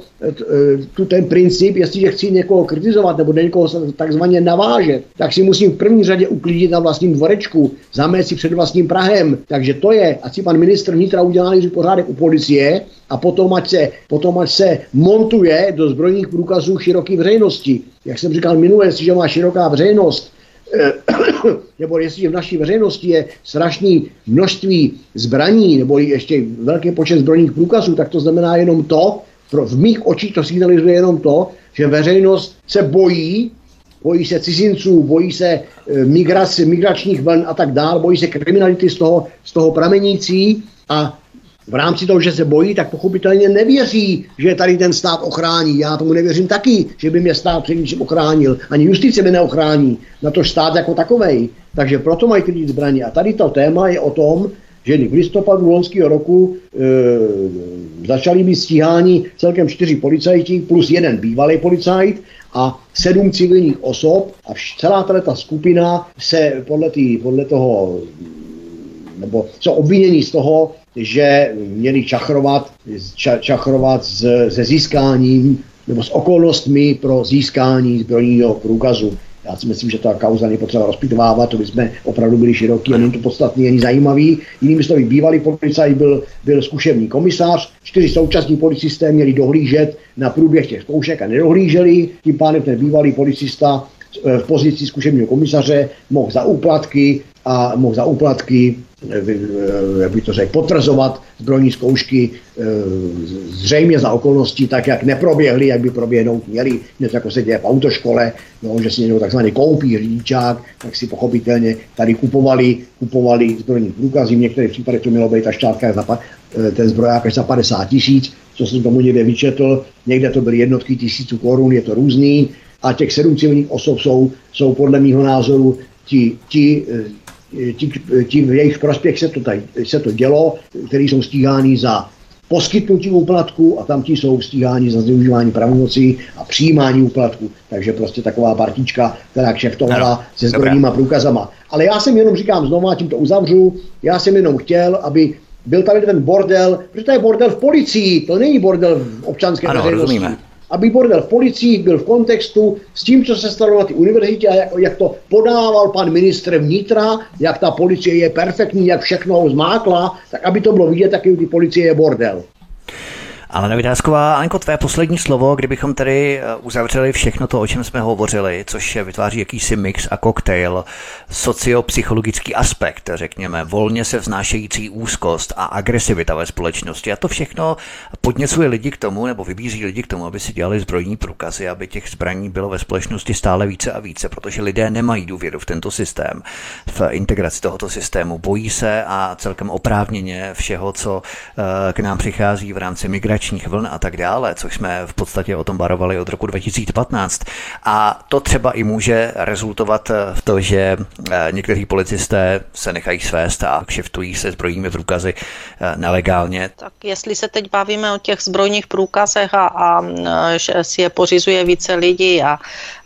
S3: tu ten princip, jestliže chci někoho kritizovat nebo někoho takzvaně navážet, tak si musím v první řadě uklidit na vlastním dvorečku, zamést si před vlastním prahem. Takže to je, ať si pan ministr vnitra udělá nejdřív pořádek u policie a potom ať, se, potom ať se montuje do zbrojních průkazů široké veřejnosti. Jak jsem říkal minule, jestliže má široká veřejnost, nebo jestli v naší veřejnosti je strašný množství zbraní, nebo ještě velký počet zbrojních průkazů, tak to znamená jenom to, v mých očích to signalizuje jenom to, že veřejnost se bojí, bojí se cizinců, bojí se migrace, migračních vln a tak dále, bojí se kriminality z toho, z toho pramenící a v rámci toho, že se bojí, tak pochopitelně nevěří, že tady ten stát ochrání. Já tomu nevěřím taky, že by mě stát před ničím ochránil. Ani justice mě neochrání. Na to stát jako takovej. Takže proto mají ty zbraně. A tady to téma je o tom, že v listopadu loňského roku e, začali být stíháni celkem čtyři policajti plus jeden bývalý policajt a sedm civilních osob. A celá ta skupina se podle, tý, podle toho, nebo jsou obviněni z toho, že měli čachrovat, ča, čachrovat s, se získáním nebo s okolnostmi pro získání zbrojního průkazu. Já si myslím, že ta kauza není potřeba rozpitvávat, to by jsme opravdu byli široký a není to podstatný ani zajímavý. Jinými slovy, bývalý policajt byl, byl zkušební komisař, čtyři současní policisté měli dohlížet na průběh těch zkoušek a nedohlíželi, tím pádem ten bývalý policista v pozici zkušebního komisaře mohl za úplatky a mohl za úplatky, jak by to řekl, potvrzovat zbrojní zkoušky zřejmě za okolností tak, jak neproběhly, jak by proběhnout měly. Něco jako se děje v autoškole, no, že si někdo takzvaný koupí řidičák, tak si pochopitelně tady kupovali, kupovali zbrojní průkazy. V některých případech to mělo být ta šťátka, ten zbroják až za padesát tisíc, co jsem tomu někde vyčetl. Někde to byly jednotky tisíců korun, je to různý. a těch sedm civilních osob jsou, jsou podle mého názoru ti, ti, ti, ti v jejich prospěch se to, tady, se to dělo, kteří jsou stíháni za poskytnutí úplatku a tam ti jsou stíháni za zneužívání pravomocí a přijímání úplatku. Takže prostě taková partička, která kšeftovala se zbrojníma průkazama. Ale já jsem jenom říkám znovu, a tím to uzavřu, já jsem jenom chtěl, aby byl tady ten bordel, protože to je bordel v policii, to není bordel v občanské veřejnosti. Aby bordel v policii byl v kontextu s tím, co se stalo na té univerzitě a jak, jak to podával pan ministr vnitra, jak ta policie je perfektní, jak všechno ho zmákla, tak aby to bylo vidět, tak i u té policie je bordel.
S1: Alena Vitásková, Alenko, tvé poslední slovo, kdybychom tedy uzavřeli všechno to, o čem jsme hovořili, což vytváří jakýsi mix a koktejl, sociopsychologický aspekt, řekněme, volně se vznášející úzkost a agresivita ve společnosti. A to všechno podněcuje lidi k tomu, nebo vybízí lidi k tomu, aby si dělali zbrojní průkazy, aby těch zbraní bylo ve společnosti stále více a více, protože lidé nemají důvěru v tento systém, v integraci tohoto systému, bojí se a celkem oprávněně všeho, co k nám přichází v rámci migrace vln a tak dále, což jsme v podstatě o tom varovali od roku dva tisíce patnáct. A to třeba i může rezultovat v to, že někteří policisté se nechají svést a kšeftují se zbrojními průkazy nelegálně.
S2: Tak jestli se teď bavíme o těch zbrojních průkazech a, a že si je pořizuje více lidí a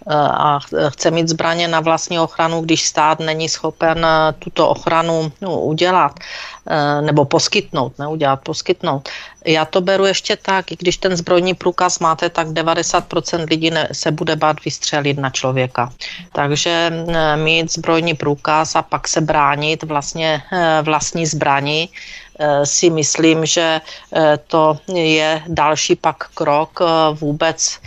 S2: a chce mít zbraně na vlastní ochranu, když stát není schopen tuto ochranu no, udělat nebo poskytnout, ne udělat, poskytnout. Já to beru ještě tak, i když ten zbrojní průkaz máte, tak devadesát procent lidí ne, se bude bát vystřelit na člověka. Takže mít zbrojní průkaz a pak se bránit vlastně vlastní zbraní, si myslím, že to je další pak krok vůbec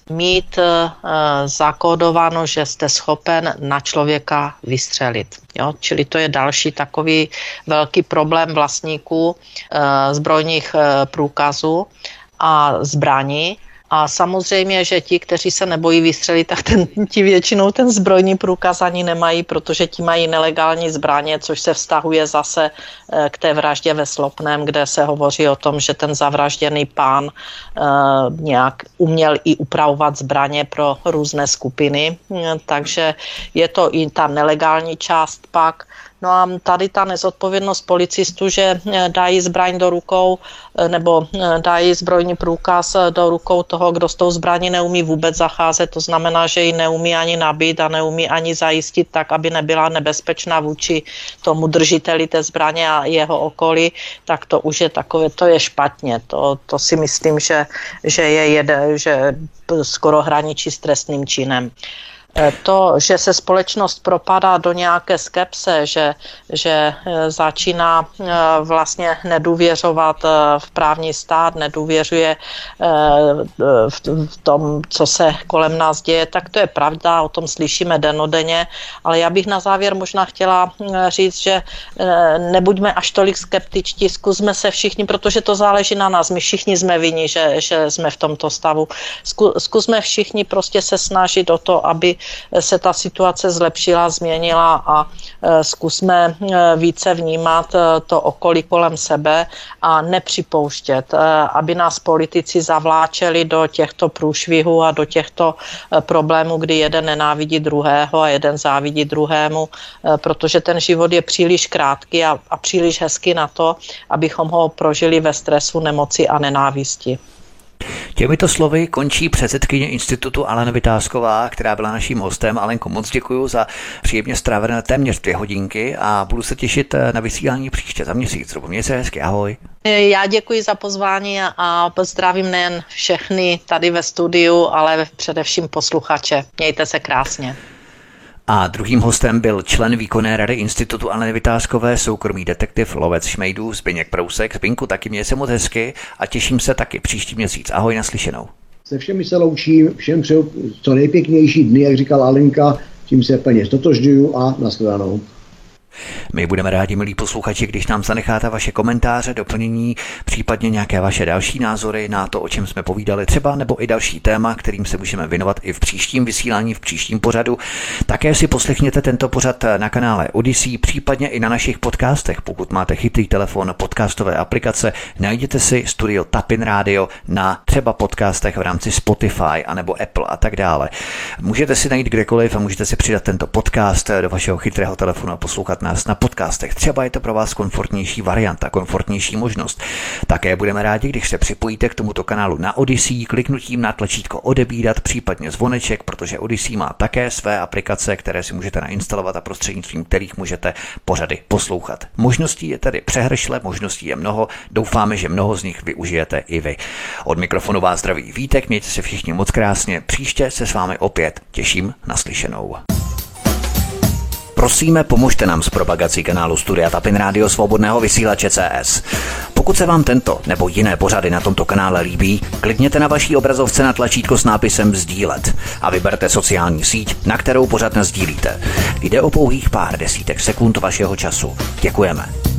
S2: mít uh, zakódováno, že jste schopen na člověka vystřelit. Jo? Čili to je další takový velký problém vlastníků uh, zbrojních uh, průkazů a zbraní. A samozřejmě, že ti, kteří se nebojí vystřelit, tak ten, ti většinou ten zbrojní průkaz ani nemají, protože ti mají nelegální zbraně, což se vztahuje zase k té vraždě ve Slopném, kde se hovoří o tom, že ten zavražděný pán uh, nějak uměl i upravovat zbraně pro různé skupiny. Takže je to i ta nelegální část pak. No a tady ta nezodpovědnost policistů, že dají zbraň do rukou nebo dají zbrojní průkaz do rukou toho, kdo s tou zbraní neumí vůbec zacházet, to znamená, že ji neumí ani nabít a neumí ani zajistit tak, aby nebyla nebezpečná vůči tomu držiteli té zbraně a jeho okolí, tak to už je takové, to je špatně. To, to si myslím, že, že je jede, že skoro hraničí s trestným činem. To, že se společnost propadá do nějaké skepse, že, že začíná vlastně nedůvěřovat v právní stát, nedůvěřuje v tom, co se kolem nás děje, tak to je pravda, o tom slyšíme dennodenně, ale já bych na závěr možná chtěla říct, že nebuďme až tolik skeptičtí, zkusme se všichni, protože to záleží na nás, my všichni jsme vinni, že, že jsme v tomto stavu. Zkusme všichni prostě se snažit o to, aby se ta situace zlepšila, změnila a zkusme více vnímat to okolí kolem sebe a nepřipouštět, aby nás politici zavláčeli do těchto průšvihů a do těchto problémů, kdy jeden nenávidí druhého a jeden závidí druhému, protože ten život je příliš krátký a, a příliš hezký na to, abychom ho prožili ve stresu, nemoci a nenávisti.
S1: Těmito slovy končí předsedkyně institutu Alena Vitásková, která byla naším hostem. Alenko, moc děkuji za příjemně strávené téměř dvě hodinky a budu se těšit na vysílání příště za měsíc. Mějte se hezky, ahoj.
S2: Já děkuji za pozvání a pozdravím nejen všechny tady ve studiu, ale především posluchače. Mějte se krásně.
S1: A druhým hostem byl člen výkonné rady institutu Aleny Vitáskové, soukromý detektiv, lovec šmejdů Zbyněk Prousek. Zbyňku, taky měj se moc hezky a těším se taky příští měsíc. Ahoj, naslyšenou.
S3: Se všemi se loučím, všem přeju co nejpěknější dny, jak říkala Alenka, tím se plně stotožňuju a nashledanou.
S1: My budeme rádi, milí posluchači, když nám zanecháte vaše komentáře, doplnění, případně nějaké vaše další názory na to, o čem jsme povídali třeba, nebo i další téma, kterým se můžeme věnovat i v příštím vysílání, v příštím pořadu. Také si poslechněte tento pořad na kanále Odyssey, případně i na našich podcastech. Pokud máte chytrý telefon, podcastové aplikace, najděte si Studio Tapin Radio na třeba podcastech v rámci Spotify anebo Apple a tak dále. Můžete si najít kdekoliv a můžete si přidat tento podcast do vašeho chytrého telefonu a poslouchat nás na podcastech. Třeba je to pro vás komfortnější varianta, komfortnější možnost. Také budeme rádi, když se připojíte k tomuto kanálu na Odyssey kliknutím na tlačítko odebírat, případně zvoneček, protože Odyssey má také své aplikace, které si můžete nainstalovat a prostřednictvím kterých můžete pořady poslouchat. Možností je tedy přehršle, možností je mnoho, doufáme, že mnoho z nich využijete i vy. Od mikrofonu vás zdraví Vítek, mějte se všichni moc krásně, příště se s vámi opět těším na slyšenou. Prosíme, pomožte nám s propagací kanálu Studia Tapin Radio Svobodného vysílače C S. Pokud se vám tento nebo jiné pořady na tomto kanále líbí, klikněte na vaší obrazovce na tlačítko s nápisem sdílet a vyberte sociální síť, na kterou pořad nasdílíte. Jde o pouhých pár desítek sekund vašeho času. Děkujeme.